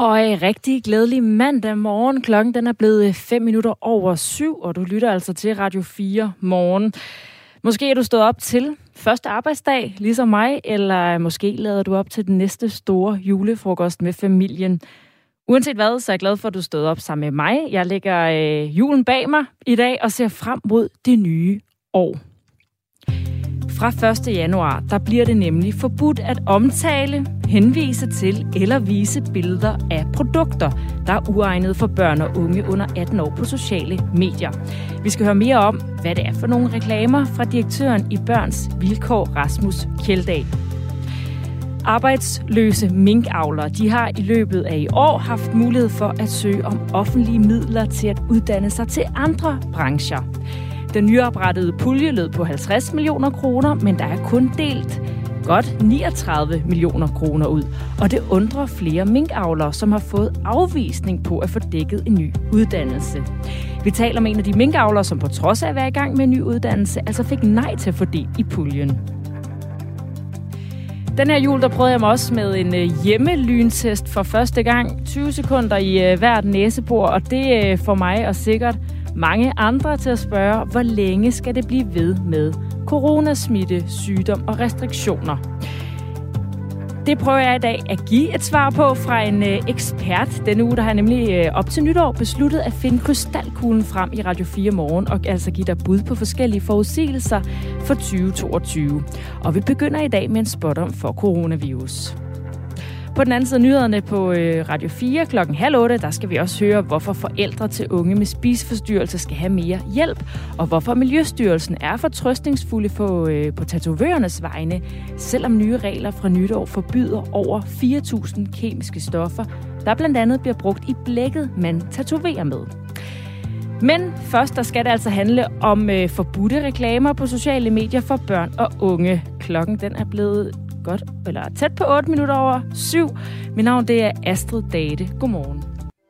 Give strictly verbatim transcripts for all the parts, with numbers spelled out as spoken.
Og rigtig glædelig mandag morgen. Klokken den er blevet fem minutter over syv, og du lytter altså til Radio fire morgen. Måske er du stået op til første arbejdsdag, ligesom mig, eller måske lader du op til den næste store julefrokost med familien. Uanset hvad, så er jeg glad for, at du stod op sammen med mig. Jeg lægger øh, julen bag mig i dag og ser frem mod det nye år. Fra første januar, der bliver det nemlig forbudt at omtale, henvise til eller vise billeder af produkter, der er uegnet for børn og unge under atten år på sociale medier. Vi skal høre mere om, hvad det er for nogle reklamer fra direktøren i Børns Vilkår, Rasmus Kjeldahl. Arbejdsløse minkavlere, de har i løbet af i år haft mulighed for at søge om offentlige midler til at uddanne sig til andre brancher. Den nyoprettede pulje lød på halvtreds millioner kroner, men der er kun delt godt niogtredive millioner kroner ud. Og det undrer flere minkavlere, som har fået afvisning på at få dækket en ny uddannelse. Vi taler med en af de minkavlere, som på trods af at være i gang med en ny uddannelse, altså fik nej til at få del i puljen. Den her jul, der prøvede jeg mig også med en hjemmelyntest for første gang. tyve sekunder i hvert næsebor, og det får mig og sikkert mange andre til at spørge, hvor længe skal det blive ved med coronasmitte, sygdom og restriktioner. Det prøver jeg i dag at give et svar på fra en ekspert. Denne uge der har jeg nemlig op til nytår besluttet at finde krystalkuglen frem i Radio fire morgen og altså give dig bud på forskellige forudsigelser for tyve toogtyve. Og vi begynder i dag med en spådom for coronavirus. På den anden side af nyhederne på Radio fire klokken halv otte, der skal vi også høre, hvorfor forældre til unge med spiseforstyrrelser skal have mere hjælp, og hvorfor Miljøstyrelsen er fortrøstningsfulde på, på tatovørernes vegne, selvom nye regler fra nytår forbyder over fire tusind kemiske stoffer, der blandt andet bliver brugt i blækket, man tatoverer med. Men først der skal det altså handle om øh, forbudte reklamer på sociale medier for børn og unge. Klokken den er blevet godt, eller tæt på otte minutter over syv. Mit navn det er Astrid Date. Godmorgen.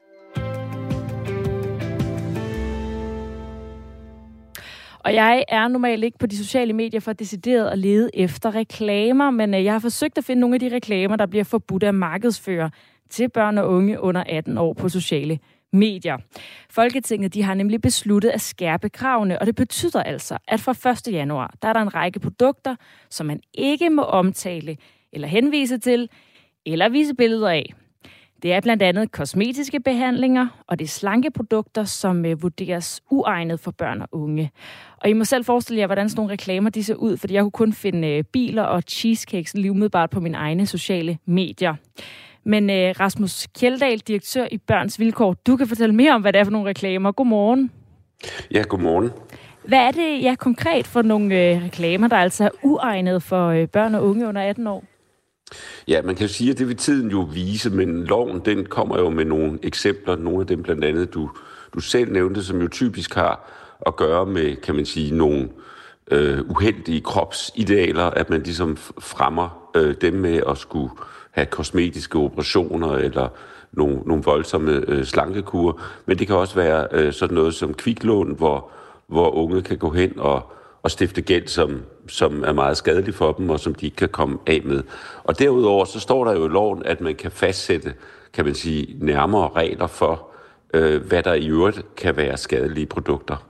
Og jeg er normalt ikke på de sociale medier for decideret at lede efter reklamer, men jeg har forsøgt at finde nogle af de reklamer, der bliver forbudt af markedsfører til børn og unge under atten år på sociale medier. Folketinget de har nemlig besluttet at skærpe kravene, og det betyder altså, at fra første januar, der er der en række produkter, som man ikke må omtale eller henvise til, eller vise billeder af. Det er blandt andet kosmetiske behandlinger, og det er slankeprodukter, som øh, vurderes uegnet for børn og unge. Og I må selv forestille jer, hvordan sådan nogle reklamer de ser ud, fordi jeg kunne kun finde øh, biler og cheesecakes lige umiddelbart på mine egne sociale medier. Men øh, Rasmus Kjeldahl, direktør i Børns Vilkår, du kan fortælle mere om, hvad det er for nogle reklamer. Godmorgen. Ja, godmorgen. Hvad er det ja, konkret for nogle øh, reklamer, der altså er uegnet for øh, børn og unge under atten år? Ja, man kan jo sige, at det vil tiden jo vise, men loven den kommer jo med nogle eksempler. Nogle af dem blandt andet, du, du selv nævnte, som jo typisk har at gøre med, kan man sige, nogle øh, uheldige kropsidealer, at man ligesom fremmer øh, dem med at skulle have kosmetiske operationer eller nogle, nogle voldsomme øh, slankekurer. Men det kan også være øh, sådan noget som kviklån, hvor, hvor unge kan gå hen og, og stifte gæld, som, som er meget skadelig for dem, og som de ikke kan komme af med. Og derudover så står der jo i loven, at man kan fastsætte, kan man sige, nærmere regler for, øh, hvad der i øvrigt kan være skadelige produkter.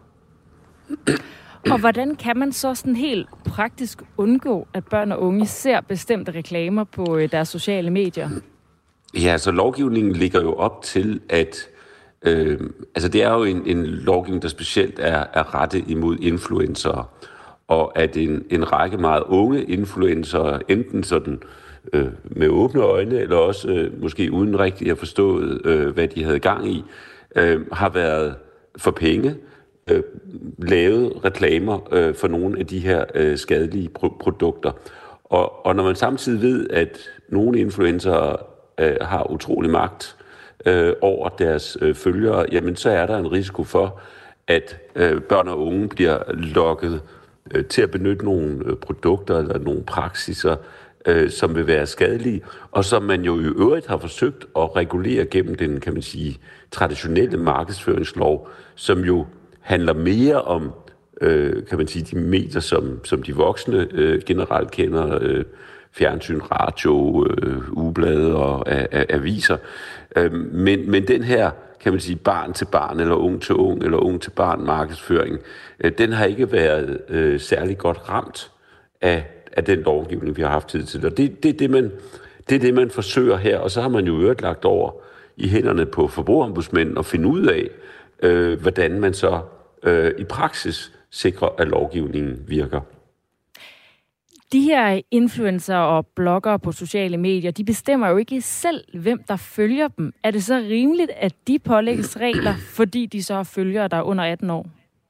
Og hvordan kan man så sådan helt praktisk undgå, at børn og unge ser bestemte reklamer på deres sociale medier? Ja, så lovgivningen ligger jo op til, at øh, altså det er jo en, en lovgivning, der specielt er, er rettet imod influencer, og at en, en række meget unge influencer, enten sådan øh, med åbne øjne, eller også øh, måske uden rigtig at forstå, øh, hvad de havde gang i, øh, har været for penge, Øh, lavet reklamer øh, for nogle af de her øh, skadelige pro- produkter. Og, og når man samtidig ved, at nogle influencer øh, har utrolig magt øh, over deres øh, følgere, jamen så er der en risiko for, at øh, børn og unge bliver lokket øh, til at benytte nogle øh, produkter eller nogle praksiser, øh, som vil være skadelige, og som man jo i øvrigt har forsøgt at regulere gennem den, kan man sige, traditionelle markedsføringslov, som jo handler mere om, øh, kan man sige, de medier, som, som de voksne øh, generelt kender, øh, fjernsyn, radio, øh, ugeblade og a, a, aviser. Øh, men, men den her, kan man sige, barn til barn, eller ung til ung, eller ung til barn markedsføring, øh, den har ikke været øh, særlig godt ramt af, af den lovgivning, vi har haft tid til. Og det, det, er det, man, det er det, man forsøger her, og så har man jo øvrigt lagt over i hænderne på forbrugerombudsmænden at finde ud af, øh, hvordan man så øh, i praksis sikrer, at lovgivningen virker. De her influencer og bloggere på sociale medier, de bestemmer jo ikke selv, hvem der følger dem. Er det så rimeligt, at de pålægges regler, fordi de så har følgere, der er under atten år?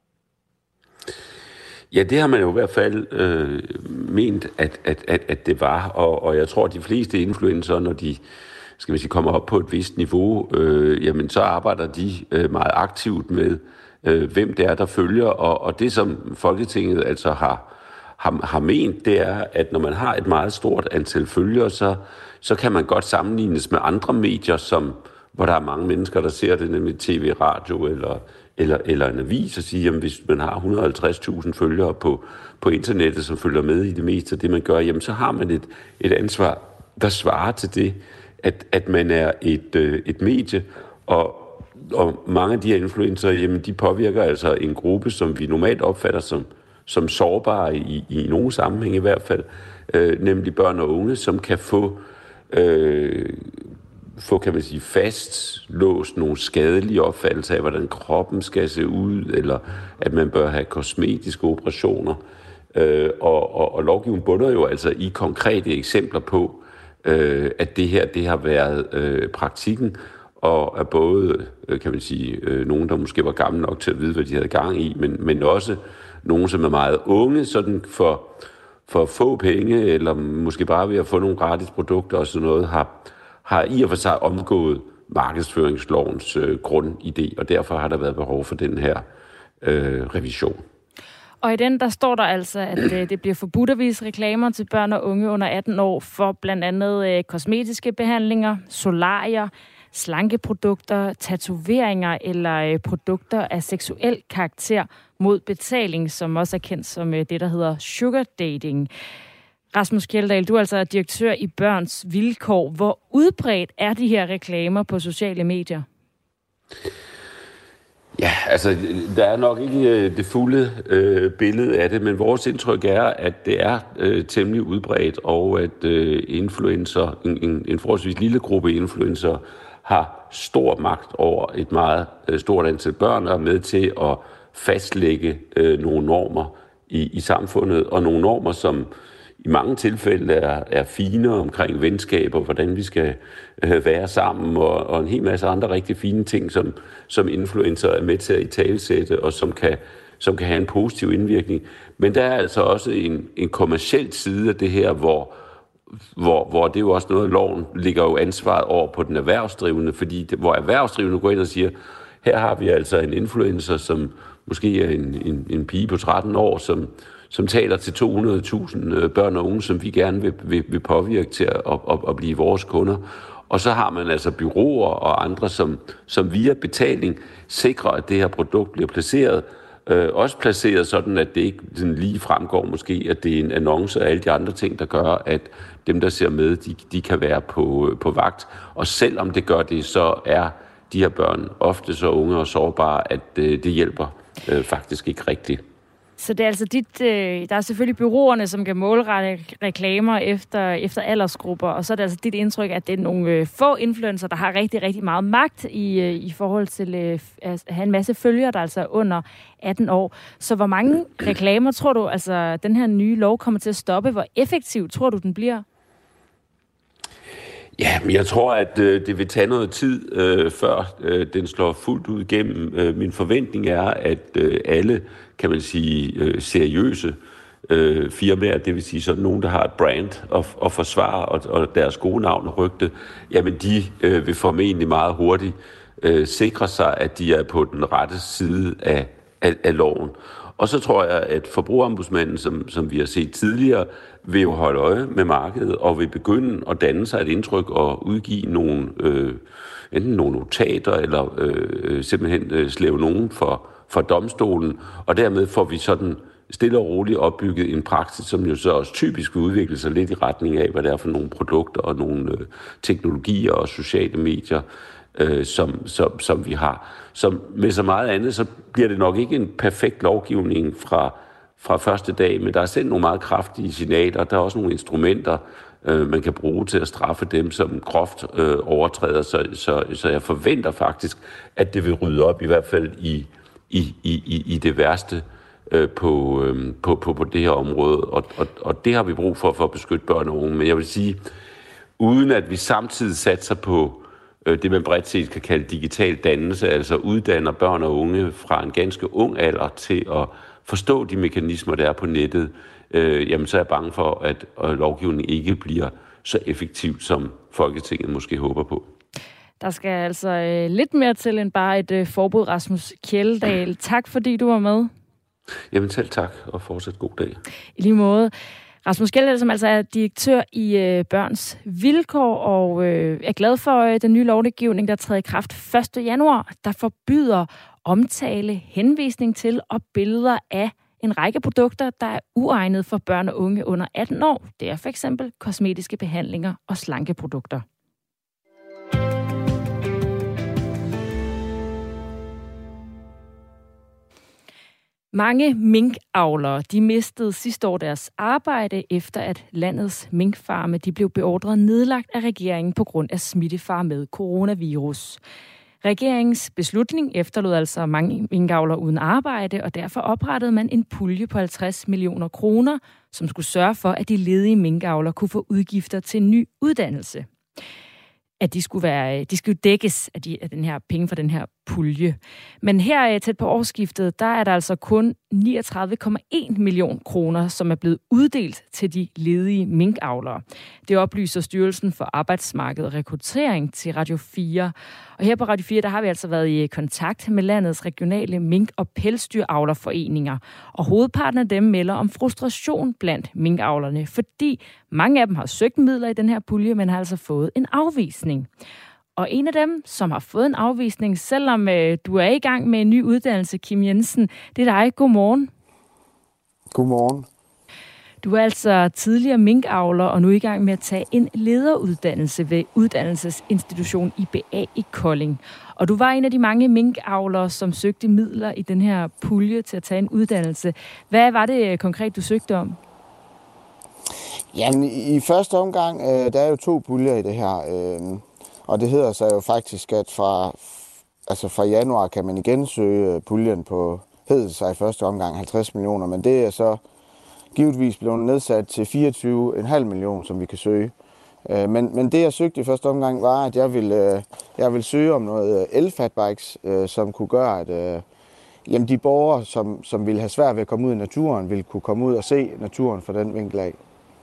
Ja, det har man jo i hvert fald øh, ment, at, at, at, at det var. Og, og jeg tror, at de fleste influencer, når de skal vi sige, kommer op på et vist niveau, øh, jamen så arbejder de øh, meget aktivt med, øh, hvem det er, der følger. Og, og det, som Folketinget altså har Har, har ment, det er, at når man har et meget stort antal følgere, så, så kan man godt sammenlignes med andre medier, som, hvor der er mange mennesker, der ser det, nemlig tv, radio eller, eller, eller en avis, og sige, at hvis man har et hundrede og halvtreds tusind følgere på, på internettet, som følger med i det meste af det, man gør, jamen så har man et, et ansvar, der svarer til det, at, at man er et, øh, et medie, og, og mange af de her influencer, jamen de påvirker altså en gruppe, som vi normalt opfatter som som sårbare i, i nogle sammenhæng i hvert fald, øh, nemlig børn og unge, som kan få, øh, få kan man sige, fastlåst nogle skadelige opfattelser af, hvordan kroppen skal se ud, eller at man bør have kosmetiske operationer. Øh, og, og, og lovgivningen bunder jo altså i konkrete eksempler på, øh, at det her det har været øh, praktikken, og er både, øh, kan man sige, øh, nogen, der måske var gamle nok til at vide, hvad de havde gang i, men, men også nogen, som er meget unge, sådan for, for få penge, eller måske bare ved at få nogle gratis produkter og sådan noget, har, har i og for sig omgået markedsføringslovens øh, grundidé, og derfor har der været behov for den her øh, revision. Og i den, der står der altså, at øh, det bliver forbudt at vise reklamer til børn og unge under atten år for blandt andet øh, kosmetiske behandlinger, solarier, slankeprodukter, tatoveringer eller øh, produkter af seksuel karakter mod betaling, som også er kendt som øh, det, der hedder sugar dating. Rasmus Kjeldahl, du er altså direktør i Børns Vilkår. Hvor udbredt er de her reklamer på sociale medier? Ja, altså, der er nok ikke det fulde øh, billede af det, men vores indtryk er, at det er øh, temmelig udbredt, og at øh, influencer, en, en, en forholdsvis lille gruppe influencer, har stor magt over et meget øh, stort antal børn, og er med til at fastlægge øh, nogle normer i, i samfundet, og nogle normer, som i mange tilfælde er, er fine omkring venskaber, hvordan vi skal øh, være sammen, og, og en hel masse andre rigtig fine ting, som, som influencer er med til at italesætte, og som kan, som kan have en positiv indvirkning. Men der er altså også en, en kommerciel side af det her, hvor Hvor, hvor det er jo også noget, loven ligger jo ansvaret over på den erhvervsdrivende, fordi det, hvor erhvervsdrivende går ind og siger, her har vi altså en influencer, som måske er en, en, en pige på tretten år, som, som taler til to hundrede tusind børn og unge, som vi gerne vil, vil, vil påvirke til at, at, at, at blive vores kunder. Og så har man altså bureauer og andre, som, som via betaling sikrer, at det her produkt bliver placeret, Øh, også placeret sådan, at det ikke sådan lige fremgår måske, at det er en annonce og alle de andre ting, der gør, at dem, der ser med, de, de kan være på, på vagt. Og selvom det gør det, så er de her børn ofte så unge og sårbare, at øh, det hjælper øh, faktisk ikke rigtigt. Så det er altså dit, øh, der er selvfølgelig bureauerne, som kan målrette reklamer efter, efter aldersgrupper, og så er det altså dit indtryk, at det er nogle øh, få influencer, der har rigtig, rigtig meget magt i, øh, i forhold til øh, at have en masse følgere, der altså er under atten år. Så hvor mange reklamer tror du, altså den her nye lov kommer til at stoppe? Hvor effektiv tror du, den bliver? Ja, men jeg tror, at øh, det vil tage noget tid, øh, før øh, den slår fuldt ud igennem. Øh, min forventning er, at øh, alle, kan man sige, øh, seriøse øh, firmaer, det vil sige sådan nogen, der har et brand at, at forsvare, og, og deres gode navn og rygte, jamen de øh, vil formentlig meget hurtigt øh, sikre sig, at de er på den rette side af, af, af loven. Og så tror jeg, at forbrugerombudsmanden, som, som vi har set tidligere, vil jo holde øje med markedet og vil begynde at danne sig et indtryk og udgive nogle, øh, enten nogle notater eller øh, simpelthen øh, slæve nogen for, for domstolen. Og dermed får vi sådan stille og roligt opbygget en praksis, som jo så også typisk vil udvikle sig lidt i retning af, hvad det er for nogle produkter og nogle øh, teknologier og sociale medier, øh, som, som, som vi har. Som med så meget andet, så bliver det nok ikke en perfekt lovgivning fra, fra første dag, men der er selv nogle meget kraftige signaler. Der er også nogle instrumenter, øh, man kan bruge til at straffe dem, som groft øh, overtræder. Så, så, så jeg forventer faktisk, at det vil rydde op, i hvert fald i, i, i, i det værste, På, på, på, på det her område, og, og, og det har vi brug for for at beskytte børn og unge. Men jeg vil sige, uden at vi samtidig satser på øh, det, man bredt set kan kalde digital dannelse, altså uddanner børn og unge fra en ganske ung alder til at forstå de mekanismer, der er på nettet, øh, jamen så er jeg bange for, at øh, lovgivningen ikke bliver så effektiv, som Folketinget måske håber på. Der skal altså øh, lidt mere til end bare et øh, forbud, Rasmus Kjeldahl. Tak fordi du var med. Jamen selv tak, og fortsat god dag. I lige måde. Rasmus Kjeldahl, som altså er direktør i øh, Børns Vilkår, og øh, er glad for øh, den nye lovgivning, der træder i kraft første januar, der forbyder omtale, henvisning til og billeder af en række produkter, der er uegnet for børn og unge under atten år. Det er for eksempel kosmetiske behandlinger og slankeprodukter. Mange minkavlere, de mistede sidste år deres arbejde, efter at landets minkfarme de blev beordret nedlagt af regeringen på grund af smittefare med coronavirus. Regeringens beslutning efterlod altså mange minkavlere uden arbejde, og derfor oprettede man en pulje på halvtreds millioner kroner, som skulle sørge for, at de ledige minkavlere kunne få udgifter til en ny uddannelse. At de skulle være, de skulle dækkes af, de, af den her penge for den her pulje. Men her tæt på årsskiftet, der er der altså kun niogtredive komma en million kroner, som er blevet uddelt til de ledige minkavlere. Det oplyser Styrelsen for Arbejdsmarked og Rekruttering til Radio fire. Og her på Radio fire, der har vi altså været i kontakt med landets regionale mink- og pelsdyravlerforeninger. Og hovedparten af dem melder om frustration blandt minkavlerne, fordi mange af dem har søgt midler i den her pulje, men har altså fået en afvisning. Og en af dem, som har fået en afvisning, selvom øh, du er i gang med en ny uddannelse, Kim Jensen, det er dig. Godmorgen. Godmorgen. Du er altså tidligere minkavler og nu i gang med at tage en lederuddannelse ved Uddannelsesinstitution I B A i Kolding. Og du var en af de mange minkavlere, som søgte midler i den her pulje til at tage en uddannelse. Hvad var det konkret, du søgte om? Jamen, i første omgang, øh, der er jo to puljer i det her. Øh, og det hedder sig jo faktisk, at fra, altså fra januar kan man igen søge puljen på, hedder sig i første omgang halvtreds millioner, men det er så givetvis blevet nedsat til fireogtyve komma fem millioner, som vi kan søge. Men, men det, jeg søgte i første omgang, var, at jeg ville, jeg ville søge om noget elfatbikes, som kunne gøre, at jamen, de borgere, som, som ville have svært ved at komme ud i naturen, ville kunne komme ud og se naturen fra den vinkel af.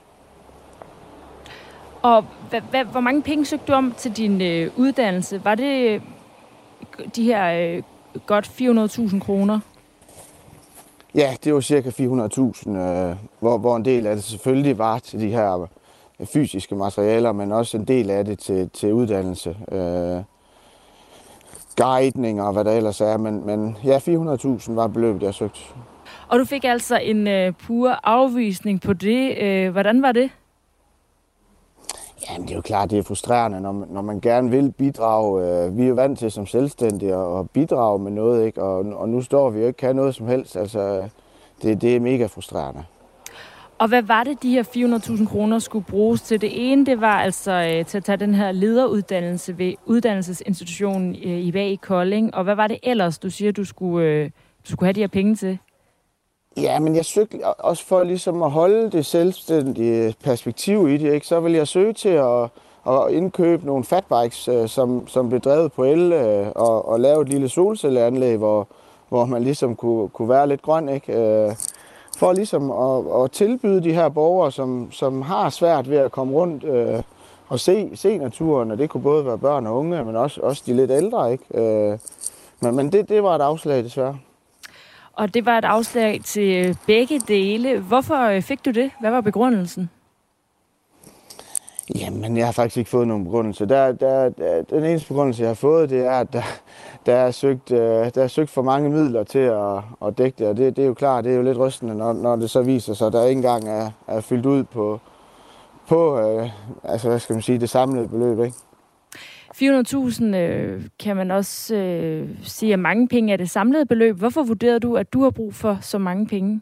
Og hvad, hvad, hvor mange penge søgte du om til din øh, uddannelse? Var det de her øh, godt fire hundrede tusind kroner? Ja, det var cirka fire hundrede tusind, øh, hvor, hvor en del af det selvfølgelig var til de her fysiske materialer, men også en del af det til, til uddannelse. Øh, guidning og hvad der ellers er, men, men ja, fire hundrede tusind var beløbet, jeg søgte. Og du fik altså en øh, pur afvisning på det. Øh, hvordan var det? Jamen, det er jo klart, det er frustrerende, når, når man gerne vil bidrage. Vi er jo vant til som selvstændige at bidrage med noget, ikke? Og, og nu står vi jo ikke kan noget som helst. Altså, det, det er mega frustrerende. Og hvad var det, de her fire hundrede tusind kroner skulle bruges til? Det ene, det var altså øh, til at tage den her lederuddannelse ved Uddannelsesinstitutionen øh, i B A i Kolding. Og hvad var det ellers, du siger, du skulle, øh, du skulle have de her penge til? Ja, men jeg søgte også for ligesom at holde det selvstændige perspektiv i det, ikke? Så vil jeg søge til at, at indkøbe nogle fatbikes, som, som blev drevet på el, og, og lave et lille solcelleanlæg, hvor, hvor man ligesom kunne, kunne være lidt grøn, ikke? For ligesom at, at tilbyde de her borgere, som, som har svært ved at komme rundt og se, se naturen, og det kunne både være børn og unge, men også, også de lidt ældre, ikke? Men, men det, det var et afslag, desværre. Og det var et afslag til begge dele. Hvorfor fik du det? Hvad var begrundelsen? Jamen, jeg har faktisk ikke fået nogen begrundelse. Der, der, der, den eneste begrundelse, jeg har fået, det er, at der, der, er, søgt, der er søgt for mange midler til at, at dække det. Og det, det er jo klart, det er jo lidt rystende, når, når det så viser sig, at der ikke engang er, er fyldt ud på, på øh, altså, hvad skal man sige, det samlede beløb, ikke? fire hundrede tusind øh, kan man også øh, sige, at mange penge er det samlede beløb. Hvorfor vurderer du, at du har brug for så mange penge?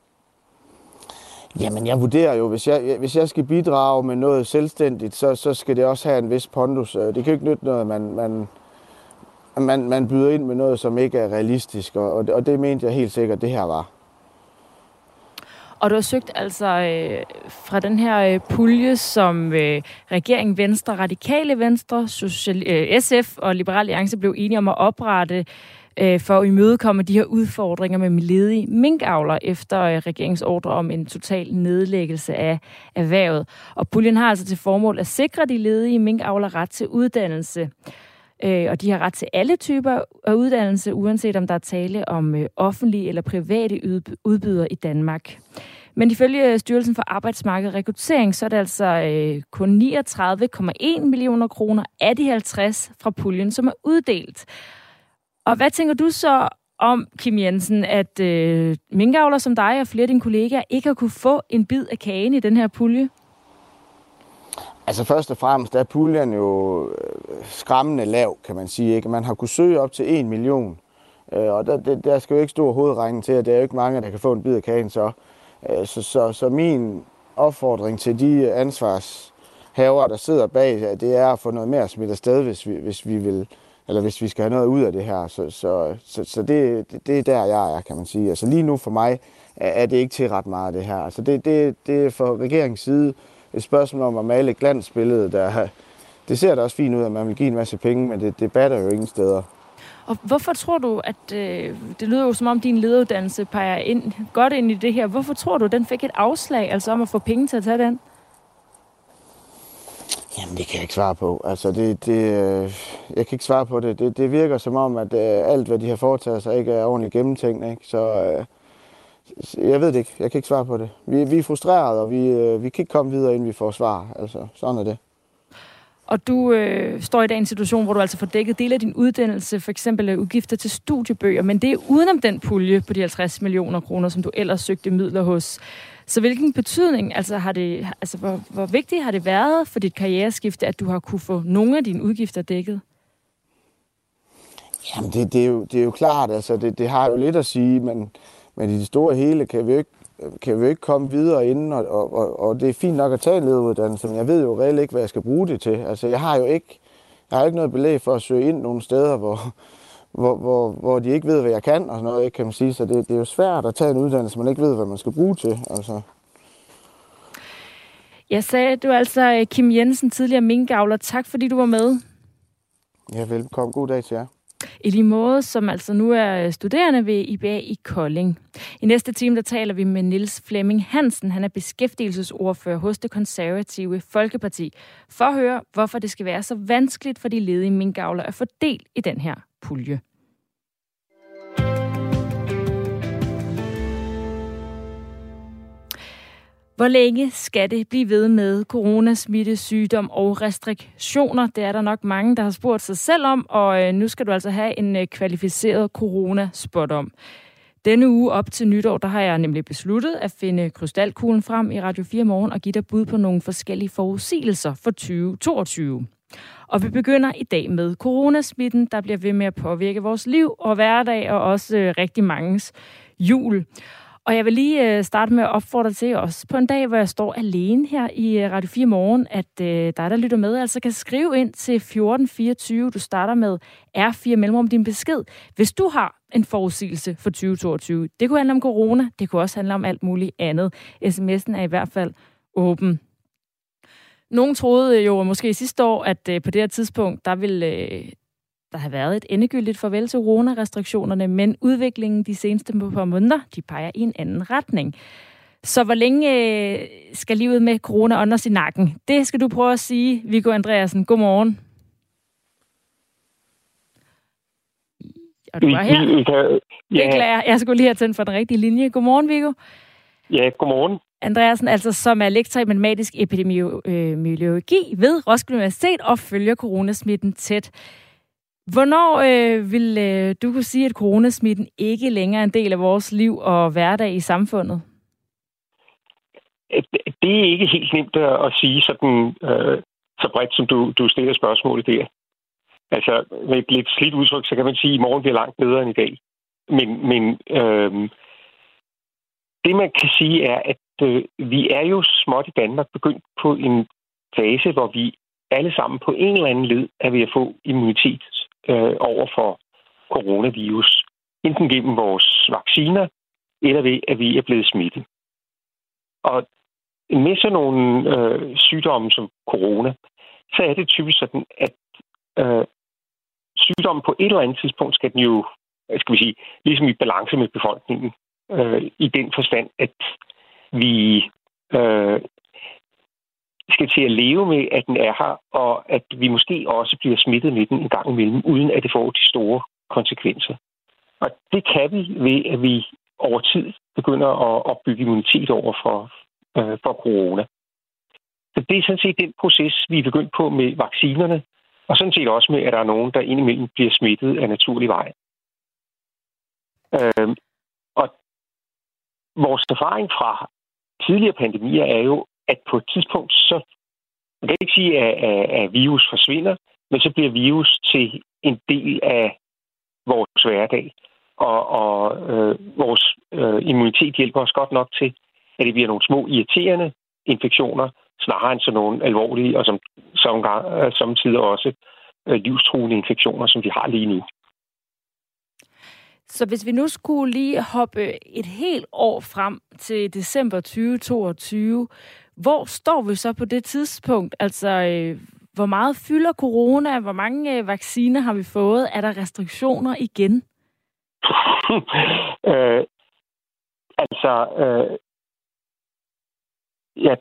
Jamen, jeg vurderer jo, hvis jeg, hvis jeg skal bidrage med noget selvstændigt, så, så skal det også have en vis pondus. Det kan jo ikke nytte noget, man, man, man, man byder ind med noget, som ikke er realistisk, og, og det mente jeg helt sikkert, det her var. Og du har søgt altså øh, fra den her øh, pulje, som øh, regeringen Venstre, Radikale Venstre, Social, øh, S F og Liberal Alliance blev enige om at oprette øh, for at imødekomme de her udfordringer med ledige minkavler efter øh, regeringens ordre om en total nedlæggelse af erhvervet. Og puljen har altså til formål at sikre de ledige minkavler ret til uddannelse. Øh, og de har ret til alle typer af uddannelse, uanset om der er tale om øh, offentlige eller private udbydere i Danmark. Men ifølge Styrelsen for Arbejdsmarked og Rekruttering, så er det altså øh, kun niogtredive komma en millioner kroner af de halvtreds fra puljen, som er uddelt. Og hvad tænker du så om, Kim Jensen, at øh, minkavler som dig og flere af dine kollegaer ikke har kunne få en bid af kagen i den her pulje? Altså først og fremmest er puljen jo skræmmende lav, kan man sige. Ikke? Man har kunnet søge op til en million, og der, der, der skal jo ikke stor hovedregning til, at der er jo ikke mange, der kan få en bid af kagen. Så, så, så, så min opfordring til de ansvarshavere, der sidder bag, det er at få noget mere smidt afsted, hvis vi, hvis vi vil, eller hvis vi skal have noget ud af det her. Så, så, så, så det, det er der, jeg er, kan man sige. Altså lige nu for mig er det ikke til ret meget, det her. Altså det, det, det er fra regeringens side et spørgsmål om at male et glansbillede, der det ser da også fint ud, at man vil give en masse penge, men det, det batter jo ingen steder. Og hvorfor tror du, at øh, det lyder jo som om din lederuddannelse peger ind, godt ind i det her. Hvorfor tror du, at den fik et afslag, altså om at få penge til at tage den? Jamen, det kan jeg ikke svare på. Altså, det, det, jeg kan ikke svare på det. Det, det virker som om, at øh, alt, hvad de har foretaget sig, ikke er ordentligt gennemtænkt, ikke? Så øh, jeg ved det ikke. Jeg kan ikke svare på det. Vi, vi er frustrerede, og vi, øh, vi kan ikke komme videre, inden vi får svar. Altså, sådan er det. Og du øh, står i dag i en situation, hvor du altså får dækket dele af din uddannelse, for eksempel udgifter til studiebøger, men det er udenom den pulje på de halvtreds millioner kroner, som du ellers søgte midler hos. Så hvilken betydning, altså, har det, altså hvor, hvor vigtigt har det været for dit karriereskifte, at du har kunne få nogle af dine udgifter dækket? Jamen, det, det, er, jo, det er jo klart, altså, det, det har jo lidt at sige, men, men i det store hele kan vi jo ikke, kan vi jo ikke komme videre inden, og, og, og det er fint nok at tage en lederuddannelse, men jeg ved jo reelt ikke, hvad jeg skal bruge det til. Altså, jeg har jo ikke, jeg har ikke noget belæg for at søge ind nogle steder, hvor, hvor, hvor, hvor de ikke ved, hvad jeg kan, og sådan noget, ikke, kan man sige. Så det, det er jo svært at tage en uddannelse, man ikke ved, hvad man skal bruge til. Altså. Jeg sagde, du er altså Kim Jensen, tidligere minkavler. Tak, fordi du var med. Ja, velkommen. God dag til jer. I lige måde, som altså nu er studerende ved I B A i Kolding. I næste time, der taler vi med Niels Flemming Hansen. Han er beskæftigelsesordfører hos Det Konservative Folkeparti. For at høre, hvorfor det skal være så vanskeligt for de ledige minkavlere at få del i den her pulje. Hvor længe skal det blive ved med coronasmitte, sygdom og restriktioner? Det er der nok mange, der har spurgt sig selv om, og nu skal du altså have en kvalificeret coronaspot om. Denne uge op til nytår, der har jeg nemlig besluttet at finde krystalkuglen frem i Radio fire Morgen og give dig bud på nogle forskellige forudsigelser for tyve toogtyve. Og vi begynder i dag med coronasmitten, der bliver ved med at påvirke vores liv og hverdag, og også rigtig manges jul. Og jeg vil lige starte med at opfordre til os på en dag, hvor jeg står alene her i Radio fire Morgen, at øh, dig, der lytter med, altså kan skrive ind til fjorten fireogtyve. Du starter med R fire mellemrum din besked, hvis du har en forudsigelse for tyve toogtyve. Det kunne handle om corona, det kunne også handle om alt muligt andet. sms'en er i hvert fald åben. Nogen troede jo måske sidste år, at øh, på det her tidspunkt, der ville... Øh, Der har været et endegyldigt farvel til coronarestriktionerne, men udviklingen de seneste par måneder, de peger i en anden retning. Så hvor længe skal livet med corona under i nakken? Det skal du prøve at sige, Viggo Andreasen. Godmorgen. Og du var her? I, I kan, ja. Det er jeg. Jeg skulle lige have tændt for den rigtige linje. Godmorgen, Viggo. Ja, godmorgen. Andreasen, altså som er lektor i matematisk epidemiologi ved Roskilde Universitet og følger coronasmitten tæt. Hvornår øh, vil øh, du kunne sige, at coronasmitten ikke længere er en del af vores liv og hverdag i samfundet? Det er ikke helt nemt at sige sådan, øh, så bredt, som du, du stiller spørgsmålet der. Altså, med et lidt slidt udtryk, så kan man sige, at i morgen bliver langt bedre end i dag. Men, men øh, det, man kan sige, er, at øh, vi er jo småt i Danmark begyndt på en fase, hvor vi alle sammen på en eller anden led er ved at få immunitet øh, over for coronavirus. Enten gennem vores vacciner, eller ved, at vi er blevet smittet. Og med sådan nogle øh, sygdomme som corona, så er det typisk sådan, at øh, sygdommen på et eller andet tidspunkt skal den jo, skal vi sige, ligesom i balance med befolkningen, øh, i den forstand, at vi øh, skal til at leve med, at den er her, og at vi måske også bliver smittet med den en gang imellem, uden at det får de store konsekvenser. Og det kan vi ved, at vi over tid begynder at opbygge immunitet over for, øh, for corona. Så det er sådan set den proces, vi er begyndt på med vaccinerne, og sådan set også med, at der er nogen, der indimellem bliver smittet af naturlig vej. Øh, og vores erfaring fra tidligere pandemier er jo, at på et tidspunkt, så man kan ikke sige, at, at, at virus forsvinder, men så bliver virus til en del af vores hverdag. Og, og øh, vores øh, immunitet hjælper os godt nok til, at det bliver nogle små irriterende infektioner, snarere end sådan nogle alvorlige og som, som, øh, samtidig også øh, livstruende infektioner, som vi har lige nu. Så hvis vi nu skulle lige hoppe et helt år frem til december tyve toogtyve, hvor står vi så på det tidspunkt? Altså, øh, hvor meget fylder corona? Hvor mange øh, vacciner har vi fået? Er der restriktioner igen? øh, altså, øh, ja,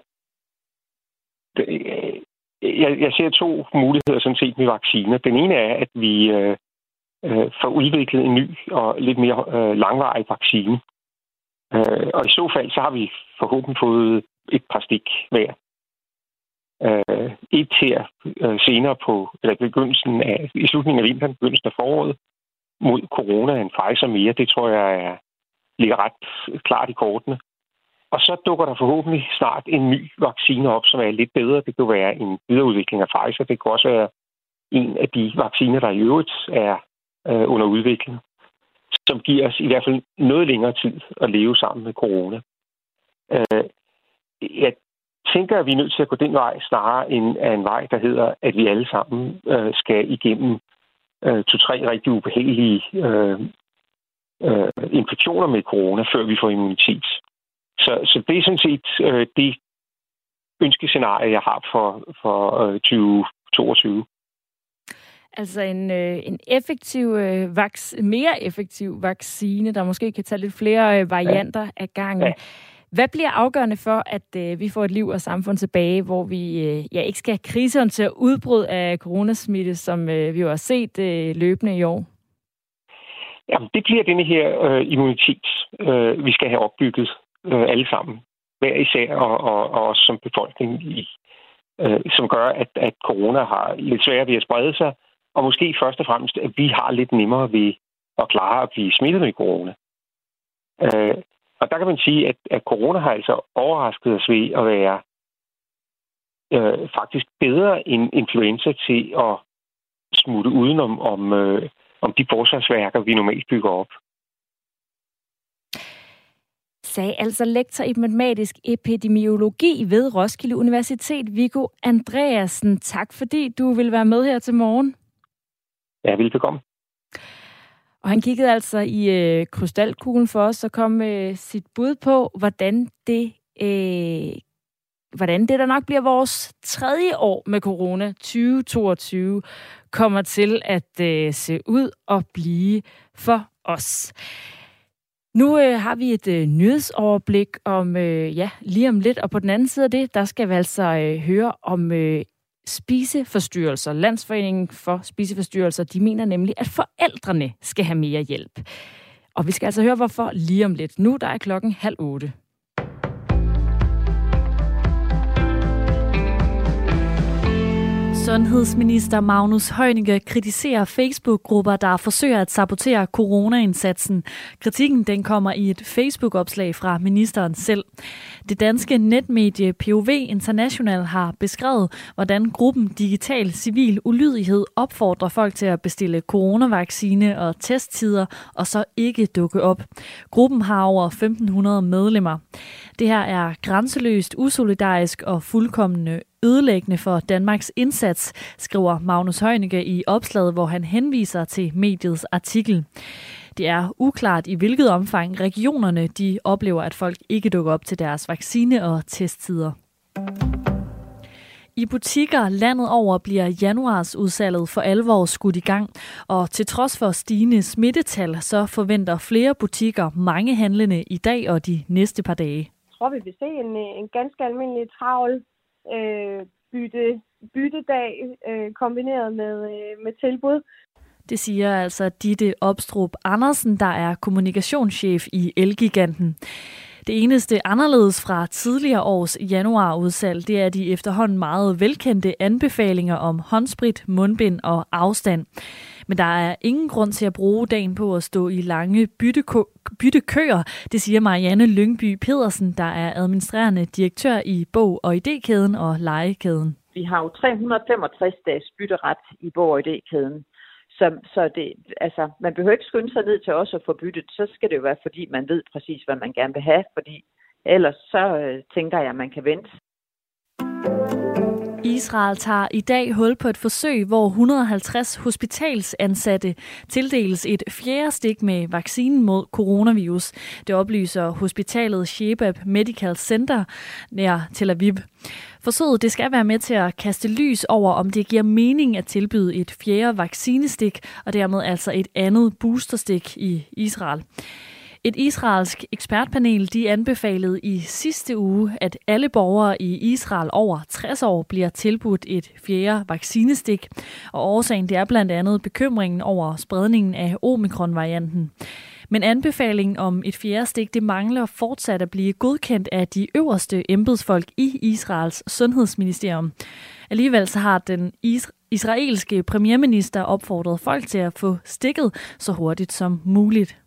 jeg, jeg ser to muligheder sådan set med vacciner. Den ene er, at vi øh, øh, får udviklet en ny og lidt mere øh, langvarig vaccine. Øh, og i så fald, så har vi forhåbentlig fået et par stik hver. Øh, et her øh, senere på, eller begyndelsen af, i slutningen af vinteren, begyndelsen af foråret, mod corona en Pfizer mere. Det tror jeg er, ligger ret klart i kortene. Og så dukker der forhåbentlig snart en ny vaccine op, som er lidt bedre. Det kan være en videreudvikling af Pfizer. Det kan også være en af de vacciner, der i øvrigt er øh, under udvikling, som giver os i hvert fald noget længere tid at leve sammen med corona. Øh, jeg tænker, at vi er nødt til at gå den vej snarere end af en vej, der hedder, at vi alle sammen øh, skal igennem øh, to-tre rigtig ubehagelige øh, øh, infektioner med corona, før vi får immunitet. Så, så det er sådan set øh, det ønskescenarie, jeg har for, for øh, tyve toogtyve. Altså en, øh, en effektiv, øh, vaks, mere effektiv vaccine, der måske kan tage lidt flere øh, varianter ja. af gangen. Ja. Hvad bliver afgørende for, at øh, vi får et liv og samfund tilbage, hvor vi øh, ja, ikke skal krisehåndtere udbrud af coronasmitte, som øh, vi jo har set øh, løbende i år? Jamen, det bliver denne her øh, immunitet, øh, vi skal have opbygget øh, alle sammen, hver især og, og, og også som befolkning, i, øh, som gør, at, at corona har lidt sværere ved at sprede sig, og måske først og fremmest, at vi har lidt nemmere ved at klare at blive smittet med corona. Øh, og der kan man sige, at, at corona har altså overrasket os ved at være øh, faktisk bedre end influenza til at smutte udenom om, øh, om de forsvarsværker, vi normalt bygger op. Sagde altså lektor i matematisk epidemiologi ved Roskilde Universitet, Viggo Andreasen. Tak fordi du vil være med her til morgen. Ja, velbekomme. Og han kiggede altså i øh, krystalkuglen for os og kom med øh, sit bud på, hvordan det, øh, hvordan det, der nok bliver vores tredje år med corona, tyve toogtyve, kommer til at øh, se ud og blive for os. Nu øh, har vi et øh, nyhedsoverblik om, øh, ja, lige om lidt, og på den anden side af det, der skal vi altså øh, høre om øh, spiseforstyrrelser. Landsforeningen for spiseforstyrrelser, de mener nemlig, at forældrene skal have mere hjælp. Og vi skal altså høre, hvorfor lige om lidt. Nu der er klokken halv otte. Sundhedsminister Magnus Heunicke kritiserer Facebook-grupper, der forsøger at sabotere coronaindsatsen. Kritikken den kommer i et Facebook-opslag fra ministeren selv. Det danske netmedie P O V International har beskrevet, hvordan gruppen Digital Civil Ulydighed opfordrer folk til at bestille coronavaccine og testtider og så ikke dukke op. Gruppen har over femten hundrede medlemmer. Det her er grænseløst, usolidarisk og fuldkommen ødelæggende for Danmarks indsats, skriver Magnus Heunicke i opslaget, hvor han henviser til mediets artikel. Det er uklart, i hvilket omfang regionerne de oplever, at folk ikke dukker op til deres vaccine- og testtider. I butikker landet over bliver januars udsalget for alvor skudt i gang, og til trods for stigende smittetal, så forventer flere butikker mange handlende i dag og de næste par dage. Jeg tror, vi vil se en, en ganske almindelig travl øh, bytte, byttedag øh, kombineret med, øh, med tilbud. Det siger altså Ditte Opstrup Andersen, der er kommunikationschef i Elgiganten. Det eneste anderledes fra tidligere års januarudsalg, det er de efterhånden meget velkendte anbefalinger om håndsprit, mundbind og afstand. Men der er ingen grund til at bruge dagen på at stå i lange byttekøer, det siger Marianne Lyngby Pedersen, der er administrerende direktør i Bog- og Idékæden og Legekæden. Vi har jo tre hundrede og femogtres dages bytteret i Bog- og Idékæden. Så, så det, altså, man behøver ikke skynde sig ned til os at få byttet. Så skal det jo være, fordi man ved præcis, hvad man gerne vil have. Fordi ellers så øh, tænker jeg, at man kan vente. Israel tager i dag hul på et forsøg, hvor et hundrede og halvtreds hospitalsansatte tildeles et fjerde stik med vaccinen mod coronavirus. Det oplyser hospitalet Shebab Medical Center nær Tel Aviv. Forsøget det skal være med til at kaste lys over, om det giver mening at tilbyde et fjerde vaccinestik, og dermed altså et andet boosterstik i Israel. Et israelsk ekspertpanel de anbefalede i sidste uge, at alle borgere i Israel over tres år bliver tilbudt et fjerde vaccinestik. Og årsagen det er blandt andet bekymringen over spredningen af omikron-varianten. Men anbefalingen om et fjerde stik det mangler fortsat at blive godkendt af de øverste embedsfolk i Israels sundhedsministerium. Alligevel så har den israelske premierminister opfordret folk til at få stikket så hurtigt som muligt.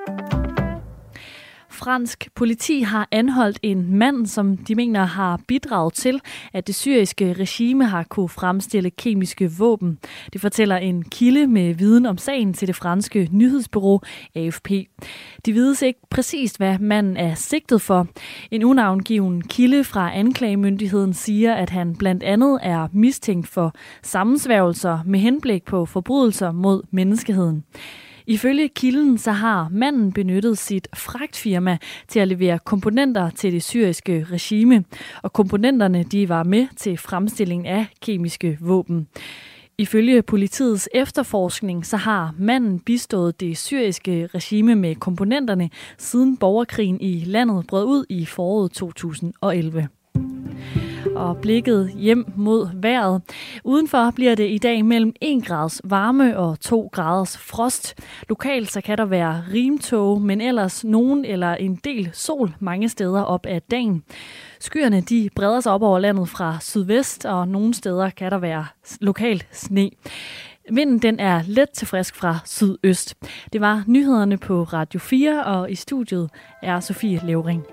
Fransk politi har anholdt en mand, som de mener har bidraget til, at det syriske regime har kunne fremstille kemiske våben. Det fortæller en kilde med viden om sagen til det franske nyhedsbureau A F P. De vides ikke præcist, hvad manden er sigtet for. En unavngiven kilde fra anklagemyndigheden siger, at han blandt andet er mistænkt for sammensværgelser med henblik på forbrydelser mod menneskeheden. Ifølge kilden så har manden benyttet sit fragtfirma til at levere komponenter til det syriske regime, og komponenterne de var med til fremstilling af kemiske våben. Ifølge politiets efterforskning så har manden bistået det syriske regime med komponenterne, siden borgerkrigen i landet brød ud i foråret to tusind og elleve. Og blikket hjem mod vejret. Udenfor bliver det i dag mellem en grads varme og to graders frost. Lokalt så kan der være rimtåge, men ellers nogen eller en del sol mange steder op ad dagen. Skyerne de breder sig op over landet fra sydvest, og nogle steder kan der være lokalt sne. Vinden den er let til frisk fra sydøst. Det var nyhederne på Radio fire, og i studiet er Sofie Levering.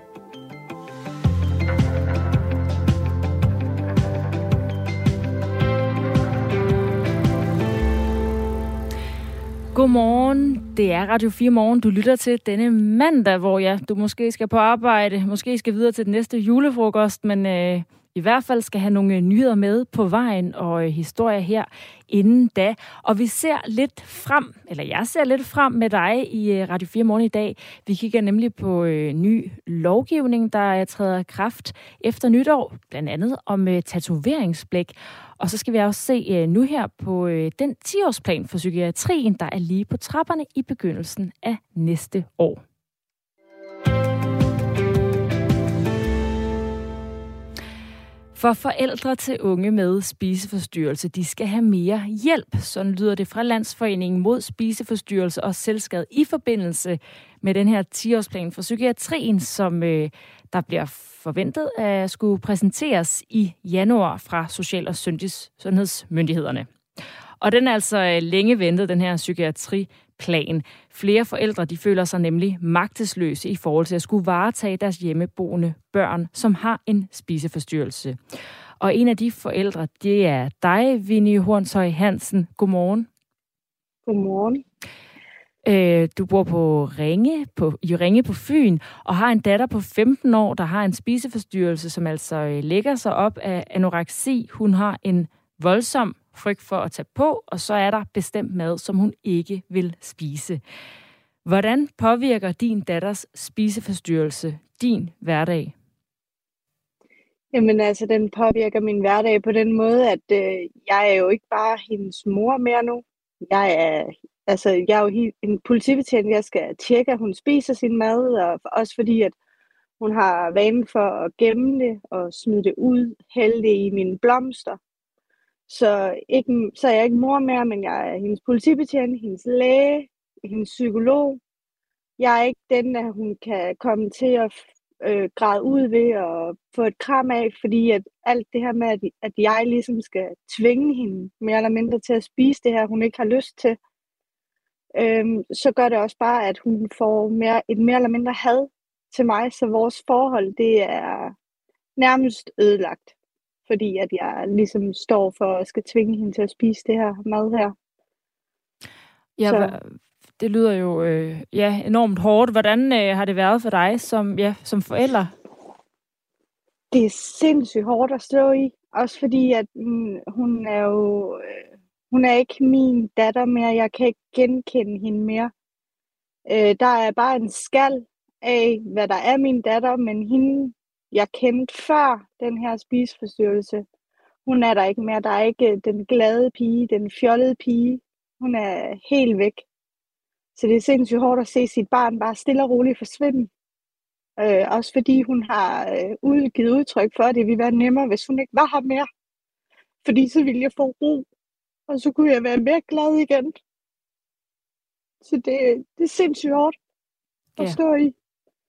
Godmorgen. Det er Radio fire Morgen, du lytter til denne mandag, hvor ja, du måske skal på arbejde, måske skal videre til den næste julefrokost, men øh, i hvert fald skal have nogle nyheder med på vejen og øh, historier her inden da. Og vi ser lidt frem, eller jeg ser lidt frem med dig i øh, Radio fire Morgen i dag. Vi kigger nemlig på øh, ny lovgivning, der træder kraft efter nytår, blandt andet om øh, tatoveringsblæk. Og så skal vi også se øh, nu her på øh, den ti-årsplan for psykiatrien, der er lige på trapperne i begyndelsen af næste år. For forældre til unge med spiseforstyrrelse, de skal have mere hjælp. Sådan lyder det fra Landsforeningen mod spiseforstyrrelse og selvskade i forbindelse med den her ti-årsplan for psykiatrien, som øh, der bliver forventet at skulle præsenteres i januar fra Social- og Sundhedsmyndighederne. Og den er altså længe ventet, den her psykiatriplan. Flere forældre de føler sig nemlig magtesløse i forhold til at skulle varetage deres hjemmeboende børn, som har en spiseforstyrrelse. Og en af de forældre, det er dig, Winnie Hornshøj Hansen. Godmorgen. Godmorgen. Øh, du bor på Ringe, på, i Ringe på Fyn, og har en datter på femten år, der har en spiseforstyrrelse, som altså lægger sig op af anoreksi. Hun har en voldsom frygt for at tage på, og så er der bestemt mad, som hun ikke vil spise. Hvordan påvirker din datters spiseforstyrrelse din hverdag? Jamen altså, den påvirker min hverdag på den måde, at øh, jeg er jo ikke bare hendes mor mere nu. Jeg er, altså, jeg er jo en politibetjent, jeg skal tjekke, at hun spiser sin mad, og også fordi, at hun har vanen for at gemme det og smide det ud, hælde det i mine blomster. Så, ikke, så er jeg ikke mor mere, men jeg er hendes politibetjent, hendes læge, hendes psykolog. Jeg er ikke den, der hun kan komme til at øh, græde ud ved og få et kram af, fordi at alt det her med, at, at jeg ligesom skal tvinge hende mere eller mindre til at spise det her, hun ikke har lyst til, øhm, så gør det også bare, at hun får mere, et mere eller mindre had til mig, så vores forhold, det er nærmest ødelagt. Fordi at jeg ligesom står for at skal tvinge hende til at spise det her mad her. Ja, så. Det lyder jo øh, ja, enormt hårdt. Hvordan øh, har det været for dig som, ja, som forælder? Det er sindssygt hårdt at stå i. Også fordi, at mm, hun er jo øh, hun er ikke min datter mere. Jeg kan ikke genkende hende mere. Øh, der er bare en skal af, hvad der er min datter, men hende, jeg kendte før den her spiseforstyrrelse, hun er der ikke mere. Der er ikke den glade pige, den fjollede pige. Hun er helt væk. Så det er sindssygt hårdt at se sit barn bare stille og roligt forsvinde. Øh, også fordi hun har øh, udgivet udtryk for, at det ville være nemmere, hvis hun ikke var her mere. Fordi så ville jeg få ro, og så kunne jeg være mere glad igen. Så det, det er sindssygt hårdt at ja. stå i.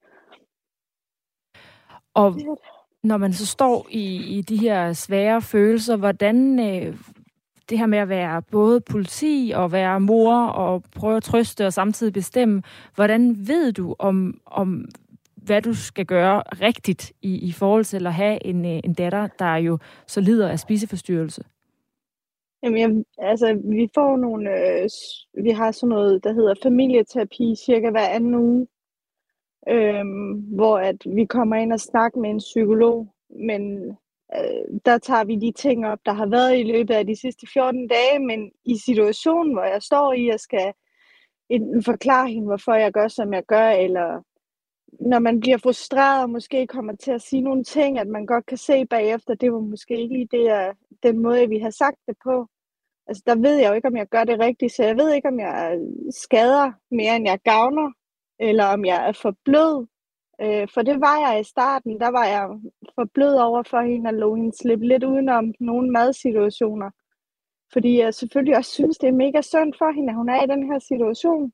Og når man så står i, i de her svære følelser, hvordan øh, det her med at være både politi og være mor og prøve at trøste og samtidig bestemme, hvordan ved du om, om hvad du skal gøre rigtigt i, i forhold til at have en, en datter, der jo så lider af spiseforstyrrelse? Jamen, jeg, altså, vi får nogle, øh, vi har sådan noget, der hedder familieterapi, cirka hver anden uge. Øhm, hvor at vi kommer ind og snakker med en psykolog, men øh, der tager vi de ting op, der har været i løbet af de sidste fjorten dage, men i situationen, hvor jeg står i og skal enten forklare hende, hvorfor jeg gør, som jeg gør, eller når man bliver frustreret og måske kommer til at sige nogle ting, at man godt kan se bagefter, det var måske ikke lige det, den måde, vi har sagt det på. Altså, der ved jeg jo ikke, om jeg gør det rigtigt, så jeg ved ikke, om jeg skader mere, end jeg gavner, eller om jeg er for blød. Øh, for det var jeg i starten. Der var jeg for blød over for hende og lå hende slippe lidt udenom nogle madsituationer. Fordi jeg selvfølgelig også synes, det er mega synd for hende, at hun er i den her situation.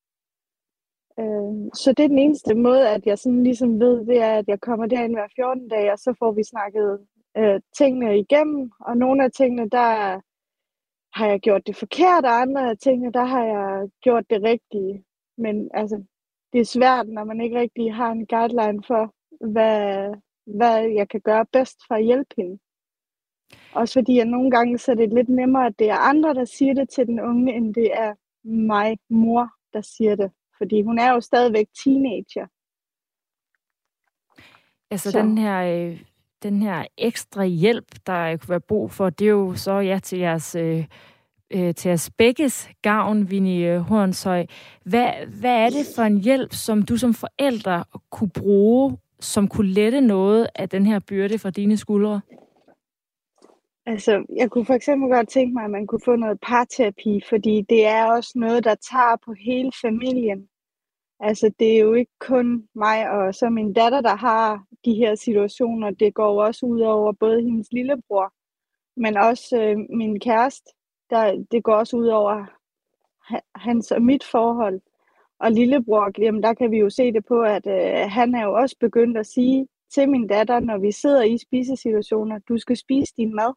Øh, så det er den eneste måde, at jeg sådan ligesom ved, det er, at jeg kommer derind hver fjorten dage, og så får vi snakket øh, tingene igennem. Og nogle af tingene, der har jeg gjort det forkert, og andre af tingene, der har jeg gjort det rigtige. Men altså, det er svært, når man ikke rigtig har en guideline for, hvad, hvad jeg kan gøre bedst for at hjælpe hende. Også fordi, at nogle gange så er det lidt nemmere, at det er andre, der siger det til den unge, end det er mig, mor, der siger det. Fordi hun er jo stadigvæk teenager. Altså så. den her, øh, den her ekstra hjælp, der kunne være brug for, det er jo så ja til jeres... Øh, til jeres begges gavn, Winnie Hornshøj. Hvad, hvad er det for en hjælp, som du som forældre kunne bruge, som kunne lette noget af den her byrde fra dine skuldre? Altså, jeg kunne for eksempel godt tænke mig, at man kunne få noget parterapi, fordi det er også noget, der tager på hele familien. Altså, det er jo ikke kun mig og så min datter, der har de her situationer. Det går jo også ud over både hendes lillebror, men også øh, min kæreste. Der, det går også ud over hans og mit forhold. Og lillebror, jamen der kan vi jo se det på, at øh, han er jo også begyndt at sige til min datter, når vi sidder i spisesituationer, du skal spise din mad.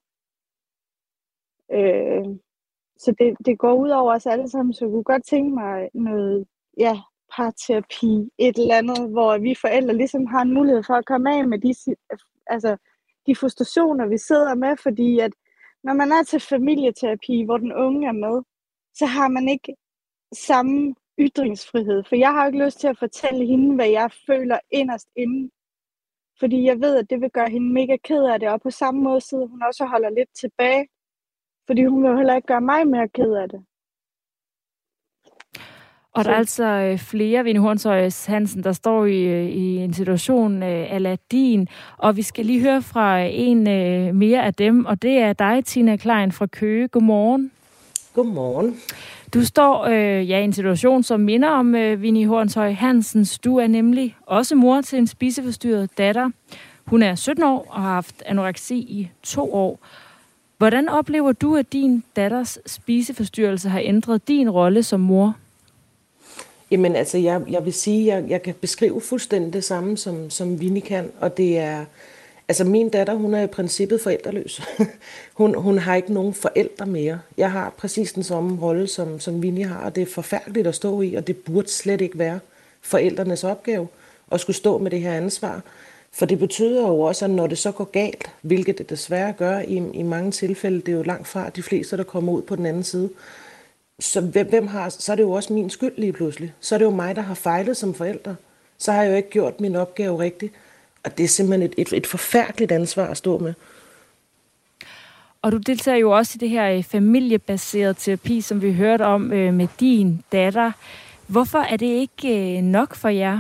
Øh, så det, det går ud over os alle sammen, så jeg kunne godt tænke mig noget, ja, parterapi, et eller andet, hvor vi forældre ligesom har en mulighed for at komme af med de, altså, de frustrationer, vi sidder med, fordi at når man er til familieterapi, hvor den unge er med, så har man ikke samme ytringsfrihed, for jeg har ikke lyst til at fortælle hende, hvad jeg føler inderst inde, fordi jeg ved, at det vil gøre hende mega ked af det, og på samme måde sidder hun også og holder lidt tilbage, fordi hun vil jo heller ikke gøre mig mere ked af det. Og der er altså flere, Winnie Hornshøj Hansen, der står i, i en situation a la din, og vi skal lige høre fra en mere af dem, og det er dig, Tina Klein fra Køge. Godmorgen. Godmorgen. Du står øh, ja, i en situation, som minder om øh, Winnie Hornshøj Hansens. Du er nemlig også mor til en spiseforstyrret datter. Hun er sytten år og har haft anoreksi i to år. Hvordan oplever du, at din datters spiseforstyrrelse har ændret din rolle som mor? Jamen altså, jeg, jeg vil sige, at jeg, jeg kan beskrive fuldstændig det samme, som, som Winnie kan. Og det er, altså min datter, hun er i princippet forældreløs. hun, hun har ikke nogen forældre mere. Jeg har præcis den samme rolle, som, som Winnie har, og det er forfærdeligt at stå i, og det burde slet ikke være forældrenes opgave at skulle stå med det her ansvar. For det betyder jo også, at når det så går galt, hvilket det desværre gør i, i mange tilfælde, det er jo langt fra de fleste, der kommer ud på den anden side, så hvem, hvem har, så er det jo også min skyld lige pludselig. Så er det jo mig, der har fejlet som forælder. Så har jeg jo ikke gjort min opgave rigtigt. Og det er simpelthen et, et, et forfærdeligt ansvar at stå med. Og du deltager jo også i det her familiebaserede terapi, som vi hørte om øh, med din datter. Hvorfor er det ikke øh, nok for jer?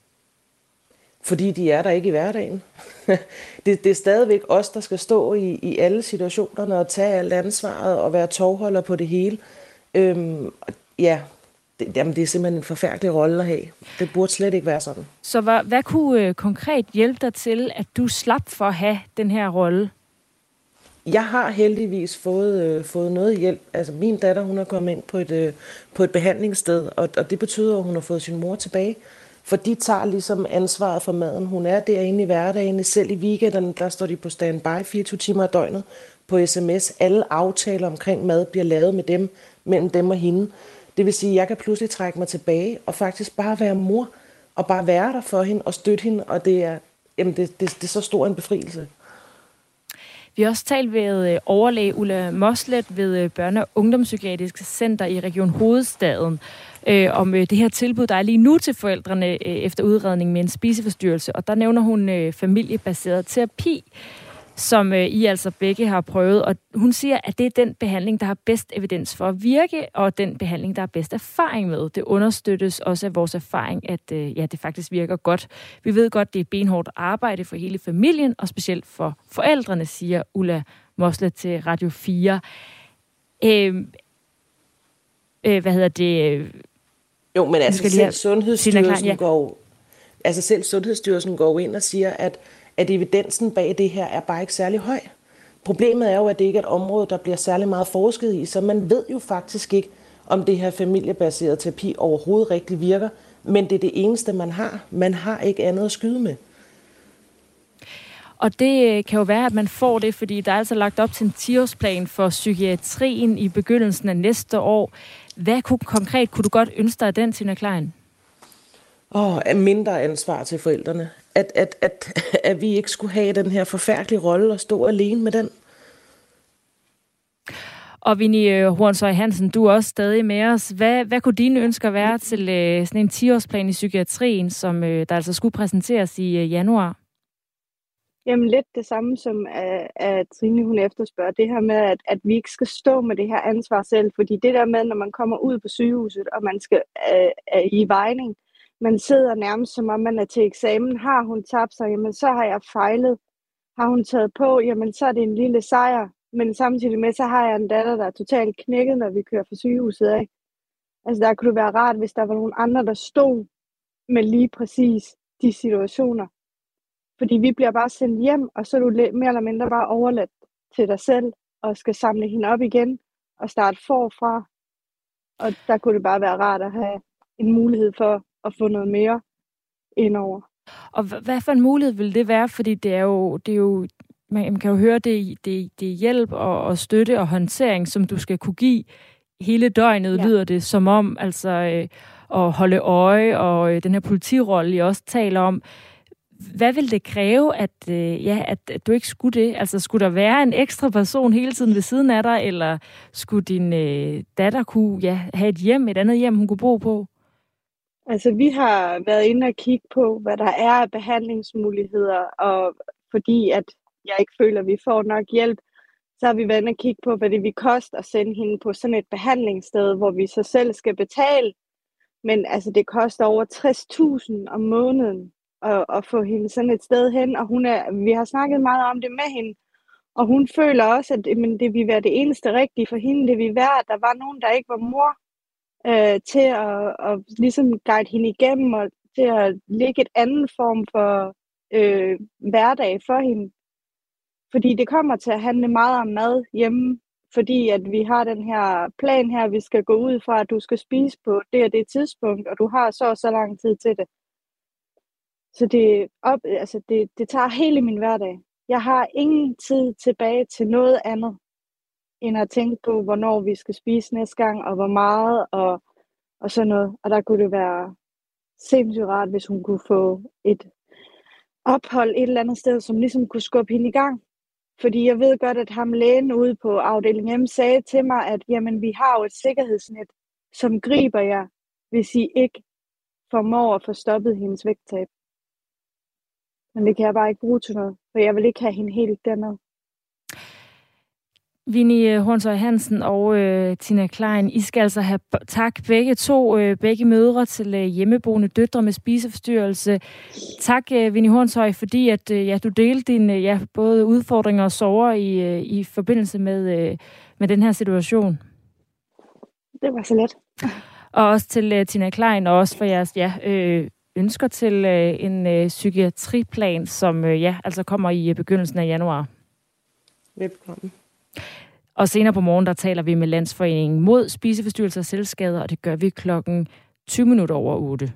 Fordi de er der ikke i hverdagen. det, det er stadigvæk os, der skal stå i, i alle situationerne og tage alt ansvaret og være tovholder på det hele. Øhm, ja, det, jamen, det er simpelthen en forfærdelig rolle at have. Det burde slet ikke være sådan. Så hvad, hvad kunne øh, konkret hjælpe dig til, at du slap for at have den her rolle? Jeg har heldigvis fået, øh, fået noget hjælp. Altså min datter, hun er kommet ind på et, øh, på et behandlingssted, og, og det betyder, at hun har fået sin mor tilbage. For de tager ligesom ansvaret for maden. Hun er derinde i hverdagen. Selv i weekenden, der står de på standby fireogtyve timer i døgnet på sms. Alle aftaler omkring mad bliver lavet med dem, mellem dem og hende. Det vil sige, at jeg kan pludselig trække mig tilbage og faktisk bare være mor. Og bare være der for hende og støtte hende. Og det er, jamen det, det, det er så stor en befrielse. Vi har også talt ved overlæge Ulla Moslet ved Børne- og Ungdomspsykiatrisk Center i Region Hovedstaden øh, om øh, det her tilbud, der er lige nu til forældrene øh, efter udredning med en spiseforstyrrelse. Og der nævner hun øh, familiebaseret terapi, som øh, I altså begge har prøvet. Og hun siger, at det er den behandling, der har bedst evidens for at virke, og den behandling, der er bedst erfaring med. Det understøttes også af vores erfaring, at øh, ja, det faktisk virker godt. Vi ved godt, det er benhårdt arbejde for hele familien, og specielt for forældrene, siger Ulla Moslet til Radio fire. Øh, øh, hvad hedder det? Jo, men altså selv Sundhedsstyrelsen, ja. går, altså selv Sundhedsstyrelsen går ind og siger, at at evidensen bag det her er bare ikke særlig høj. Problemet er jo, at det ikke er et område, der bliver særlig meget forsket i, så man ved jo faktisk ikke, om det her familiebaserede terapi overhovedet rigtig virker, men det er det eneste, man har. Man har ikke andet at skyde med. Og det kan jo være, at man får det, fordi der er altså lagt op til en ti-årsplan for psykiatrien i begyndelsen af næste år. Hvad kunne, konkret kunne du godt ønske dig af den, Tina Klein? Åh, oh, mindre ansvar til forældrene. At, at, at, at vi ikke skulle have den her forfærdelige rolle og stå alene med den. Og Winnie Hornshøj Hansen, du er også stadig med os. Hvad, hvad kunne dine ønsker være til uh, sådan en ti-årsplan i psykiatrien, som uh, der altså skulle præsenteres i uh, januar? Jamen lidt det samme som at, at Trine hun efterspørger. Det her med, at, at vi ikke skal stå med det her ansvar selv. Fordi det der med, når man kommer ud på sygehuset, og man skal uh, uh, i vejning, man sidder nærmest som om man er til eksamen. Har hun tabt sig, jamen så har jeg fejlet. Har hun taget på, jamen så er det en lille sejr. Men samtidig med, så har jeg en datter, der er totalt knækket, når vi kører fra sygehuset af. Altså der kunne det være rart, hvis der var nogle andre, der stod med lige præcis de situationer. Fordi vi bliver bare sendt hjem, og så er du mere eller mindre bare overladt til dig selv, og skal samle hende op igen, og starte forfra. Og der kunne det bare være rart at have en mulighed for at få noget mere indover. Og hvad for en mulighed vil det være? Fordi det er jo, det er jo man kan jo høre, det, det, det er hjælp og, og støtte og håndtering, som du skal kunne give hele døgnet, ja. Lyder det som om, altså øh, at holde øje, og øh, den her politirolle, jeg også taler om. Hvad vil det kræve, at, øh, ja, at, at du ikke skulle det? Altså, skulle der være en ekstra person hele tiden ved siden af dig, eller skulle din øh, datter kunne ja, have et hjem, et andet hjem, hun kunne bo på? Altså, vi har været inde og kigge på, hvad der er af behandlingsmuligheder, og fordi at jeg ikke føler, at vi får nok hjælp, så har vi været inde og kigge på, hvad det vil koste at sende hende på sådan et behandlingssted, hvor vi så selv skal betale. Men altså, det koster over tres tusind om måneden at, at få hende sådan et sted hen, og hun er, vi har snakket meget om det med hende, og hun føler også, at jamen, det vil være det eneste rigtige for hende. Det vil være, at der var nogen, der ikke var mor, øh, til at, at ligesom guide hende igennem, og til at lægge et andet form for øh, hverdag for hende. Fordi det kommer til at handle meget om mad hjemme, fordi at vi har den her plan her, vi skal gå ud fra, at du skal spise på det og det tidspunkt, og du har så og så lang tid til det. Så det, op, altså det, det tager hele min hverdag. Jeg har ingen tid tilbage til noget andet, end at tænke på, hvornår vi skal spise næste gang, og hvor meget, og, og sådan noget. Og der kunne det være sindssygt rart, hvis hun kunne få et ophold et eller andet sted, som ligesom kunne skubbe hende i gang. Fordi jeg ved godt, at ham lægen ude på afdelingen M sagde til mig, at jamen, vi har jo et sikkerhedsnet, som griber jer, hvis I ikke formår at få stoppet hendes vægttab. Men det kan jeg bare ikke bruge til noget, for jeg vil ikke have hende helt dernede. Winnie Hornshøj Hansen og øh, Tina Klein, I skal altså have tak begge to, øh, begge mødre til øh, hjemmeboende døtre med spiseforstyrrelse. Tak, øh, Winnie Hornshøj, fordi at, øh, ja, du delte dine ja, både udfordringer og sorger i, øh, i forbindelse med, øh, med den her situation. Det var så let. Og også til øh, Tina Klein, og også for jeres ja, øh, ønsker til øh, en øh, psykiatriplan, som øh, ja, altså kommer i øh, begyndelsen af januar. Velkommen. Og senere på morgen, der taler vi med Landsforeningen mod spiseforstyrrelser og selvskade, og det gør vi klokken tyve minutter over otte.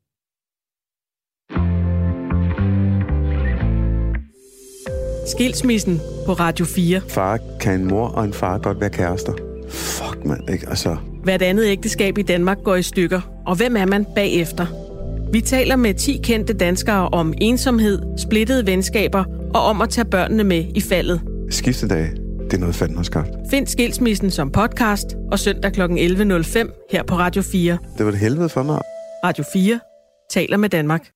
Skilsmissen på Radio fire. Far kan en mor og en far godt være kærester. Fuck, mand, ikke? Altså... Hvert andet ægteskab i Danmark går i stykker, og hvem er man bagefter? Vi taler med ti kendte danskere om ensomhed, splittede venskaber og om at tage børnene med i faldet. Skiftedag, det er noget fanden har skabt. Find Skilsmissen som podcast og søndag klokken elleve nul fem her på Radio fire. Det var det helvede for mig. Radio fire taler med Danmark.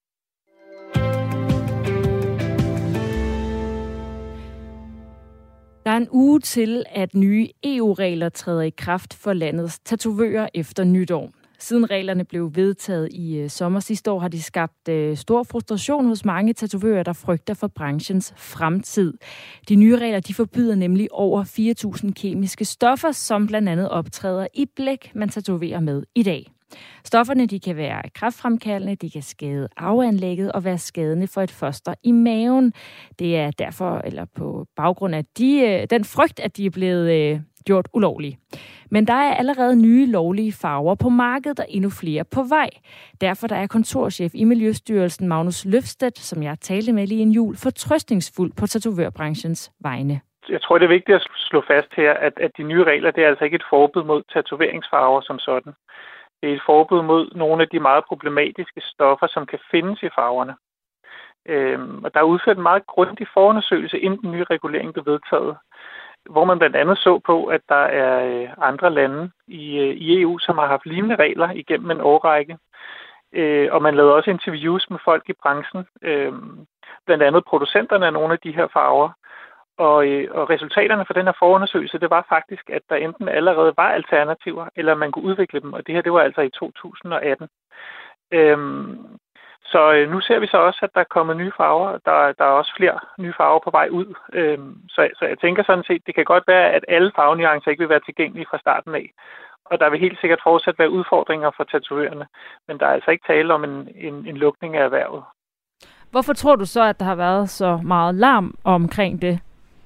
Der er en uge til, at nye E U-regler træder i kraft for landets tatovører efter nytår. Siden reglerne blev vedtaget i uh, sommer sidste år, har de skabt uh, stor frustration hos mange tatovører, der frygter for branchens fremtid. De nye regler de forbyder nemlig over fire tusind kemiske stoffer, som blandt andet optræder i blæk, man tatoverer med i dag. Stofferne de kan være kræftfremkaldende, de kan skade arveanlægget og være skadende for et foster i maven. Det er derfor, eller på baggrund af de, den frygt, at de er blevet øh, gjort ulovlige. Men der er allerede nye lovlige farver på markedet og endnu flere på vej. Derfor der er kontorchef i Miljøstyrelsen Magnus Løfstedt, som jeg talte med lige en jul, fortrøstningsfuld på tatovørbranchens vegne. Jeg tror, det er vigtigt at slå fast her, at, at de nye regler, det er altså ikke et forbud mod tatoveringsfarver som sådan. Det er et forbud mod nogle af de meget problematiske stoffer, som kan findes i farverne. Øhm, og der er udført en meget grundig forundersøgelse, inden den nye regulering blev vedtaget, hvor man blandt andet så på, at der er øh, andre lande i, øh, i E U, som har haft lignende regler igennem en årrække. Øh, og man lavede også interviews med folk i branchen, øh, blandt andet producenterne af nogle af de her farver. Og, og resultaterne for den her forundersøgelse, det var faktisk, at der enten allerede var alternativer, eller man kunne udvikle dem. Og det her, det var altså i to tusind atten. Øhm, så nu ser vi så også, at der er kommet nye farver. Der, der er også flere nye farver på vej ud. Øhm, så, så jeg tænker sådan set, det kan godt være, at alle farvenuancer ikke vil være tilgængelige fra starten af. og der vil helt sikkert fortsat være udfordringer for tatovørerne, men der er altså ikke tale om en, en, en lukning af erhvervet. Hvorfor tror du så, at der har været så meget larm omkring det?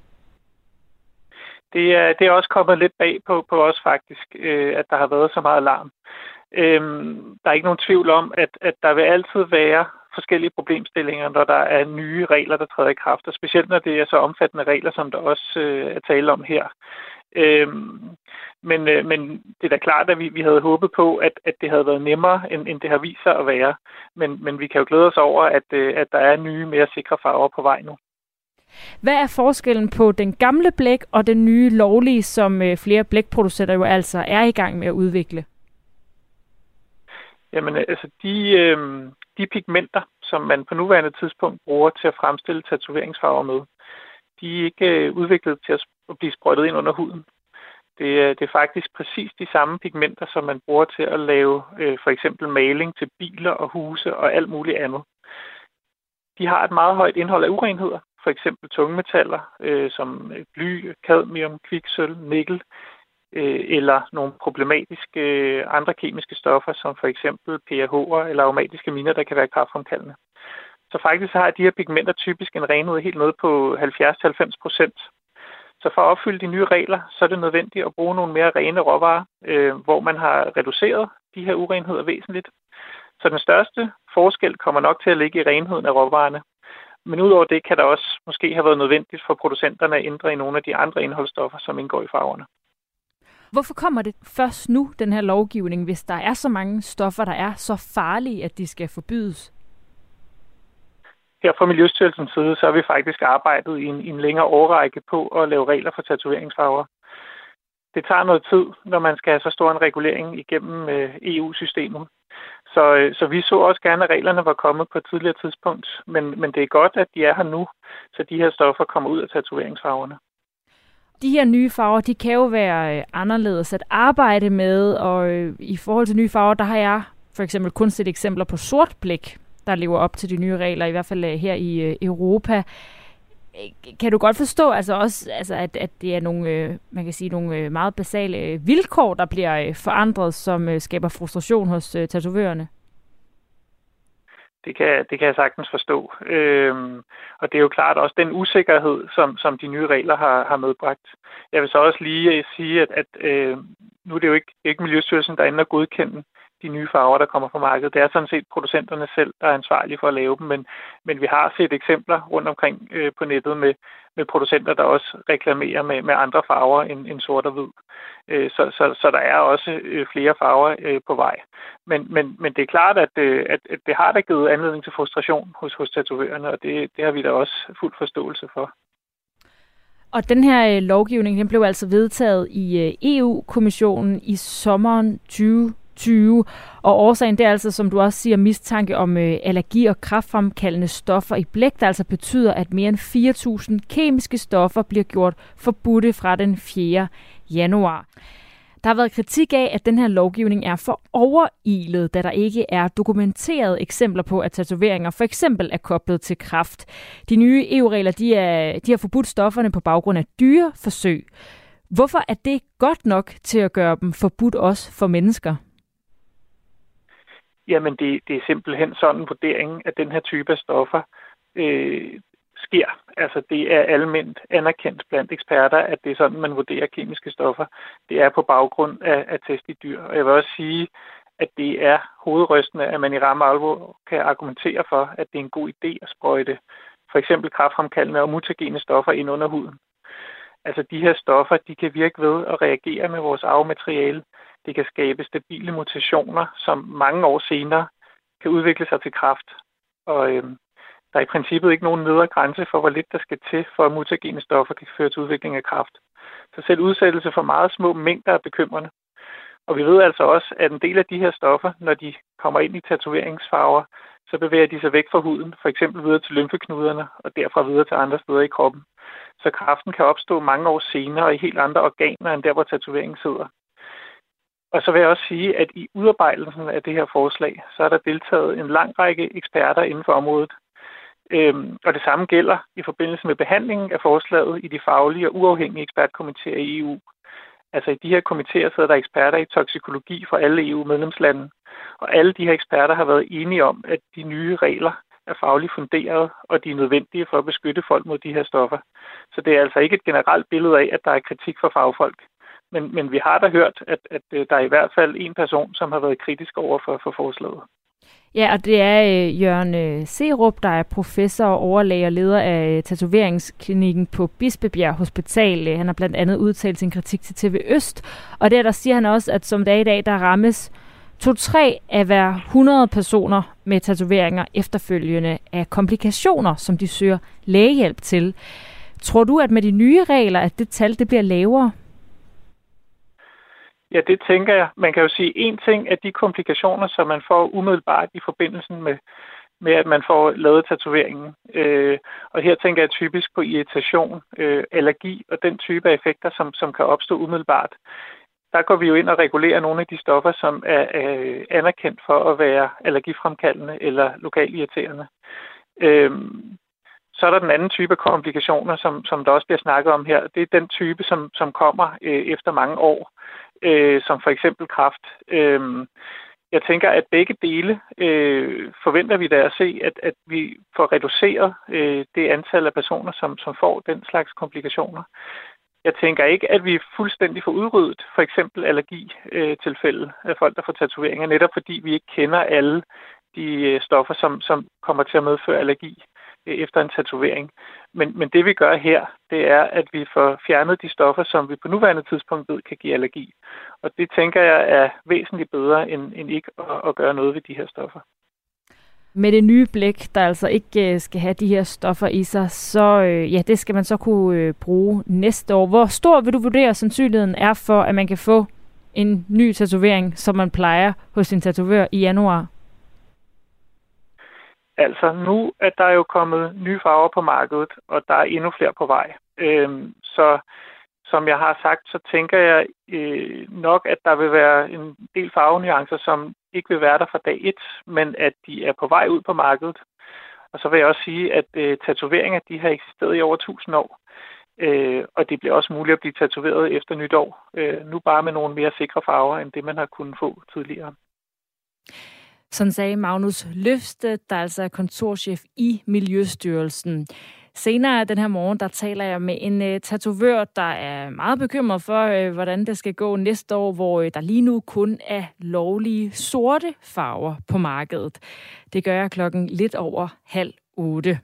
Det er, det er også kommet lidt bag på, på os faktisk, øh, at der har været så meget larm. Øhm, der er ikke nogen tvivl om, at, at der vil altid være forskellige problemstillinger, når der er nye regler, der træder i kraft, og specielt når det er så omfattende regler, som der også øh, er tale om her. Øhm, men, øh, men det er da klart, at vi, vi havde håbet på, at, at det havde været nemmere, end, end det har vist sig at være. Men, men vi kan jo glæde os over, at, øh, at der er nye, mere sikre farver på vej nu. Hvad er forskellen på den gamle blæk og den nye lovlige, som øh, flere blækproducenter jo altså er i gang med at udvikle? Jamen altså, de, øh, de pigmenter, som man på nuværende tidspunkt bruger til at fremstille tatoveringsfarver med, de er ikke øh, udviklet til at blive sprøjtet ind under huden. Det er, det er faktisk præcis de samme pigmenter, som man bruger til at lave øh, for eksempel maling til biler og huse og alt muligt andet. De har et meget højt indhold af urenheder, for eksempel tungmetaller øh, som bly, cadmium, kviksølv, nikkel, øh, eller nogle problematiske øh, andre kemiske stoffer, som for eksempel P A H'er eller aromatiske miner, der kan være kræftfremkaldende. Så faktisk har de her pigmenter typisk en renhed helt nede på halvfjerds til halvfems procent. Så for at opfylde de nye regler, så er det nødvendigt at bruge nogle mere rene råvarer, øh, hvor man har reduceret de her urenheder væsentligt. Så den største forskel kommer nok til at ligge i renheden af råvarerne. Men udover det kan der også måske have været nødvendigt for producenterne at ændre i nogle af de andre indholdsstoffer, som indgår i farverne. Hvorfor kommer det først nu, den her lovgivning, hvis der er så mange stoffer, der er så farlige, at de skal forbydes? Her fra Miljøstyrelsens side, så har vi faktisk arbejdet i en, i en længere årrække på at lave regler for tatoveringsfarver. Det tager noget tid, når man skal have så stor en regulering igennem øh, E U-systemet. Så, øh, så vi så også gerne, at reglerne var kommet på et tidligere tidspunkt, men, men det er godt, at de er her nu, så de her stoffer kommer ud af tatoveringsfarverne. De her nye farver, de kan jo være øh, anderledes at arbejde med, og øh, i forhold til nye farver, der har jeg for eksempel kun set eksempler på sort blæk, der lever op til de nye regler, i hvert fald her i øh, Europa. Kan du godt forstå, altså også, altså at, at det er nogle, øh, man kan sige, nogle øh, meget basale øh, vilkår, der bliver øh, forandret, som øh, skaber frustration hos øh, tatovørerne? Det kan, det kan jeg sagtens forstå. Øhm, og det er jo klart også den usikkerhed, som, som de nye regler har, har medbragt. Jeg vil så også lige sige, at, at øh, nu er det jo ikke, ikke Miljøstyrelsen, der er inde og godkende de nye farver, der kommer på markedet. Det er sådan set producenterne selv, der er ansvarlige for at lave dem, men, men vi har set eksempler rundt omkring øh, på nettet med, med producenter, der også reklamerer med, med andre farver end, end sort og hvid. Øh, så, så, så der er også øh, flere farver øh, på vej. Men, men, men det er klart, at, øh, at, at det har da givet anledning til frustration hos, hos tatovørerne, og det, det har vi da også fuld forståelse for. Og den her øh, lovgivning, den blev altså vedtaget i øh, E U-kommissionen i sommeren tyve tyve, og årsagen det er altså, som du også siger, mistanke om øh, allergi- og kræftfremkaldende stoffer i blæk, der altså betyder, at mere end fire tusind kemiske stoffer bliver gjort forbudte fra den fjerde januar. Der har været kritik af, at den her lovgivning er for overilet, da der ikke er dokumenteret eksempler på, at tatoveringer for eksempel er koblet til kræft. De nye E U-regler, de, er, de har forbudt stofferne på baggrund af dyreforsøg. Hvorfor er det godt nok til at gøre dem forbudt også for mennesker? Jamen, det, det er simpelthen sådan en vurdering af den her type af stoffer øh, sker. Altså, det er almindeligt anerkendt blandt eksperter, at det er sådan, man vurderer kemiske stoffer. Det er på baggrund af, af test i dyr. Og jeg vil også sige, at det er hovedrystende, at man i ramme alvor kan argumentere for, at det er en god idé at sprøjte for eksempel kræftfremkaldende og mutagene stoffer ind under huden. Altså, de her stoffer, de kan virke ved at reagere med vores arvemateriale. Det kan skabe stabile mutationer, som mange år senere kan udvikle sig til kræft. Og øh, der er i princippet ikke nogen nedre grænse for, hvor lidt der skal til, for at mutagene stoffer kan føre til udvikling af kræft. Så selv udsættelse for meget små mængder er bekymrende. Og vi ved altså også, at en del af de her stoffer, når de kommer ind i tatoveringsfarver, så bevæger de sig væk fra huden, for eksempel videre til lymfeknuderne og derfra videre til andre steder i kroppen. Så kræften kan opstå mange år senere og i helt andre organer, end der, hvor tatoveringen sidder. Og så vil jeg også sige, at i udarbejdelsen af det her forslag, så er der deltaget en lang række eksperter inden for området. Øhm, og det samme gælder i forbindelse med behandlingen af forslaget i de faglige og uafhængige ekspertkomitéer i E U. Altså i de her komitéer sidder der eksperter i toksikologi fra alle E U-medlemslande, og alle de her eksperter har været enige om, at de nye regler er fagligt funderet, og de er nødvendige for at beskytte folk mod de her stoffer. Så det er altså ikke et generelt billede af, at der er kritik fra fagfolk. Men, men vi har da hørt, at, at der er i hvert fald en person, som har været kritisk over for, for forslaget. Ja, og det er øh, Jørgen øh, Serup, der er professor og overlæge og leder af øh, tatoveringsklinikken på Bispebjerg Hospital. Han har blandt andet udtalt sin kritik til T V Øst, og der, der siger han også, at som dag i dag, der rammes to-tre af hver hundrede personer med tatoveringer efterfølgende af komplikationer, som de søger lægehjælp til. Tror du, at med de nye regler, at det tal det bliver lavere? Ja, det tænker jeg. Man kan jo sige, en ting af de komplikationer, som man får umiddelbart i forbindelse med, med at man får lavet tatoveringen. Øh, og her tænker jeg typisk på irritation, øh, allergi og den type af effekter, som, som kan opstå umiddelbart. Der går vi jo ind og regulerer nogle af de stoffer, som er øh, anerkendt for at være allergifremkaldende eller lokalt irriterende. Øh, Så er der den anden type komplikationer, som, som der også bliver snakket om her. Det er den type, som, som kommer øh, efter mange år, øh, som for eksempel kræft. Øh, jeg tænker, at begge dele øh, forventer vi da at se, at, at vi får reduceret øh, det antal af personer, som, som får den slags komplikationer. Jeg tænker ikke, at vi fuldstændig får udryddet for eksempel allergitilfælde af folk, der får tatoveringer, netop fordi vi ikke kender alle de stoffer, som, som kommer til at medføre allergi efter en tatovering. Men, men det vi gør her, det er, at vi får fjernet de stoffer, som vi på nuværende tidspunkt ved kan give allergi. Og det tænker jeg er væsentligt bedre, end, end ikke at, at gøre noget ved de her stoffer. Med det nye blæk, der altså ikke skal have de her stoffer i sig, så øh, ja, det skal man så kunne øh, bruge næste år. Hvor stor vil du vurdere sandsynligheden er for, at man kan få en ny tatovering, som man plejer hos sin tatovør i januar? Altså nu er der jo kommet nye farver på markedet, og der er endnu flere på vej. Øhm, så som jeg har sagt, så tænker jeg øh, nok, at der vil være en del farvenuancer, som ikke vil være der fra dag et, men at de er på vej ud på markedet. Og så vil jeg også sige, at øh, tatoveringer de har eksisteret i over tusind år, øh, og det bliver også muligt at blive tatoveret efter nytår. Øh, nu bare med nogle mere sikre farver, end det man har kunnet få tidligere. Sådan sagde Magnus Løfstedt, der altså er kontorchef i Miljøstyrelsen. Senere den her morgen, der taler jeg med en uh, tatovør, der er meget bekymret for, uh, hvordan det skal gå næste år, hvor uh, der lige nu kun er lovlige sorte farver på markedet. Det gør jeg klokken lidt over halv otte.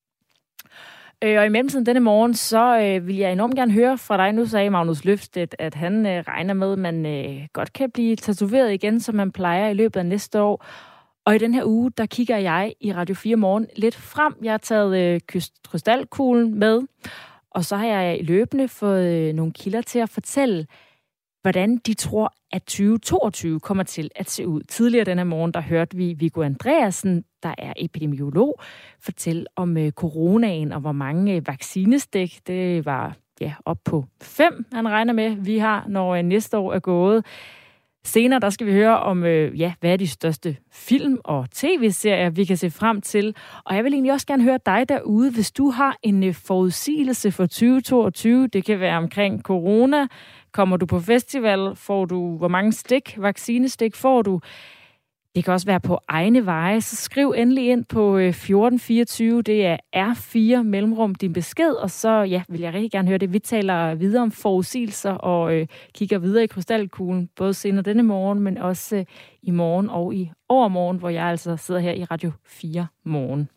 Uh, og i mellemtiden denne morgen, så uh, vil jeg enormt gerne høre fra dig. Nu sagde Magnus Løfstedt, at han uh, regner med, at man uh, godt kan blive tatoveret igen, som man plejer i løbet af næste år. Og i den her uge, der kigger jeg i Radio fire Morgen lidt frem. Jeg har taget øh, krystalkuglen med, og så har jeg løbende fået øh, nogle kilder til at fortælle, hvordan de tror, at tyve toogtyve kommer til at se ud. Tidligere denne morgen, der hørte vi Viggo Andreasen, der er epidemiolog, fortælle om øh, coronaen og hvor mange øh, vaccinestik. Det var ja, op på fem, han regner med, vi har, når øh, næste år er gået. Senere der skal vi høre om, øh, ja, hvad er de største film- og tv-serier, vi kan se frem til. Og jeg vil egentlig også gerne høre dig derude, hvis du har en øh, forudsigelse for tyve toogtyve. Det kan være omkring corona. Kommer du på festival? Får du, hvor mange stik, vaccinestik får du? Det kan også være på egne veje, så skriv endelig ind på fjorten fireogtyve. Det er R fire mellemrum din besked, og så ja, vil jeg rigtig gerne høre det. Vi taler videre om forudsigelser og øh, kigger videre i krystalkuglen, både senere denne morgen, men også øh, i morgen og i overmorgen, hvor jeg altså sidder her i Radio fire Morgen.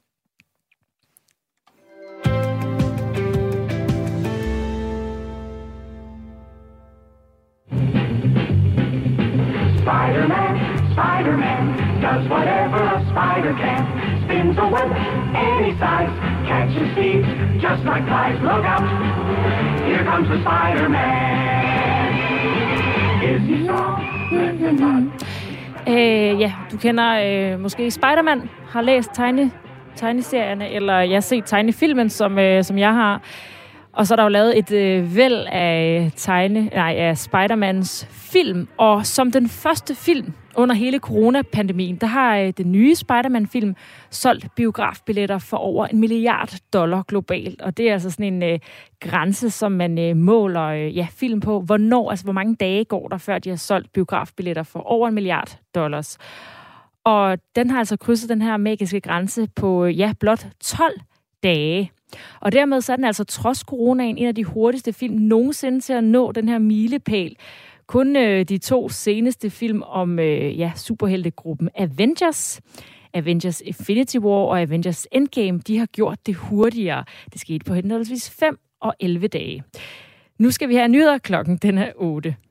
Spider-Man, Spider-Man, does whatever a spider can. Spins a web any size, catches thieves just like flies. Look out, here comes the Spider-Man. Is he strong? Let's him øh, Ja, du kender øh, måske Spider-Man, har læst tegne, tegneserierne, eller jeg har set tegnefilmen, som, øh, som jeg har. Og så er der jo lavet et øh, væld af tegne, nej, af Spider-Mans film, og som den første film under hele coronapandemien, der har øh, den nye Spider-Man-film solgt biografbilletter for over en milliard dollar globalt. Og det er altså sådan en øh, grænse, som man øh, måler øh, ja, film på. Hvornår, altså hvor mange dage går der, før de har solgt biografbilletter for over en milliard dollars. Og den har altså krydset den her magiske grænse på, ja, blot tolv dage. Og dermed så er den altså trods coronaen en af de hurtigste film nogensinde til at nå den her milepæl. Kun øh, de to seneste film om øh, ja, superheltegruppen Avengers, Avengers Infinity War og Avengers Endgame, de har gjort det hurtigere. Det skete på henholdsvis fem og elleve dage. Nu skal vi have nyheder. Klokken den er otte.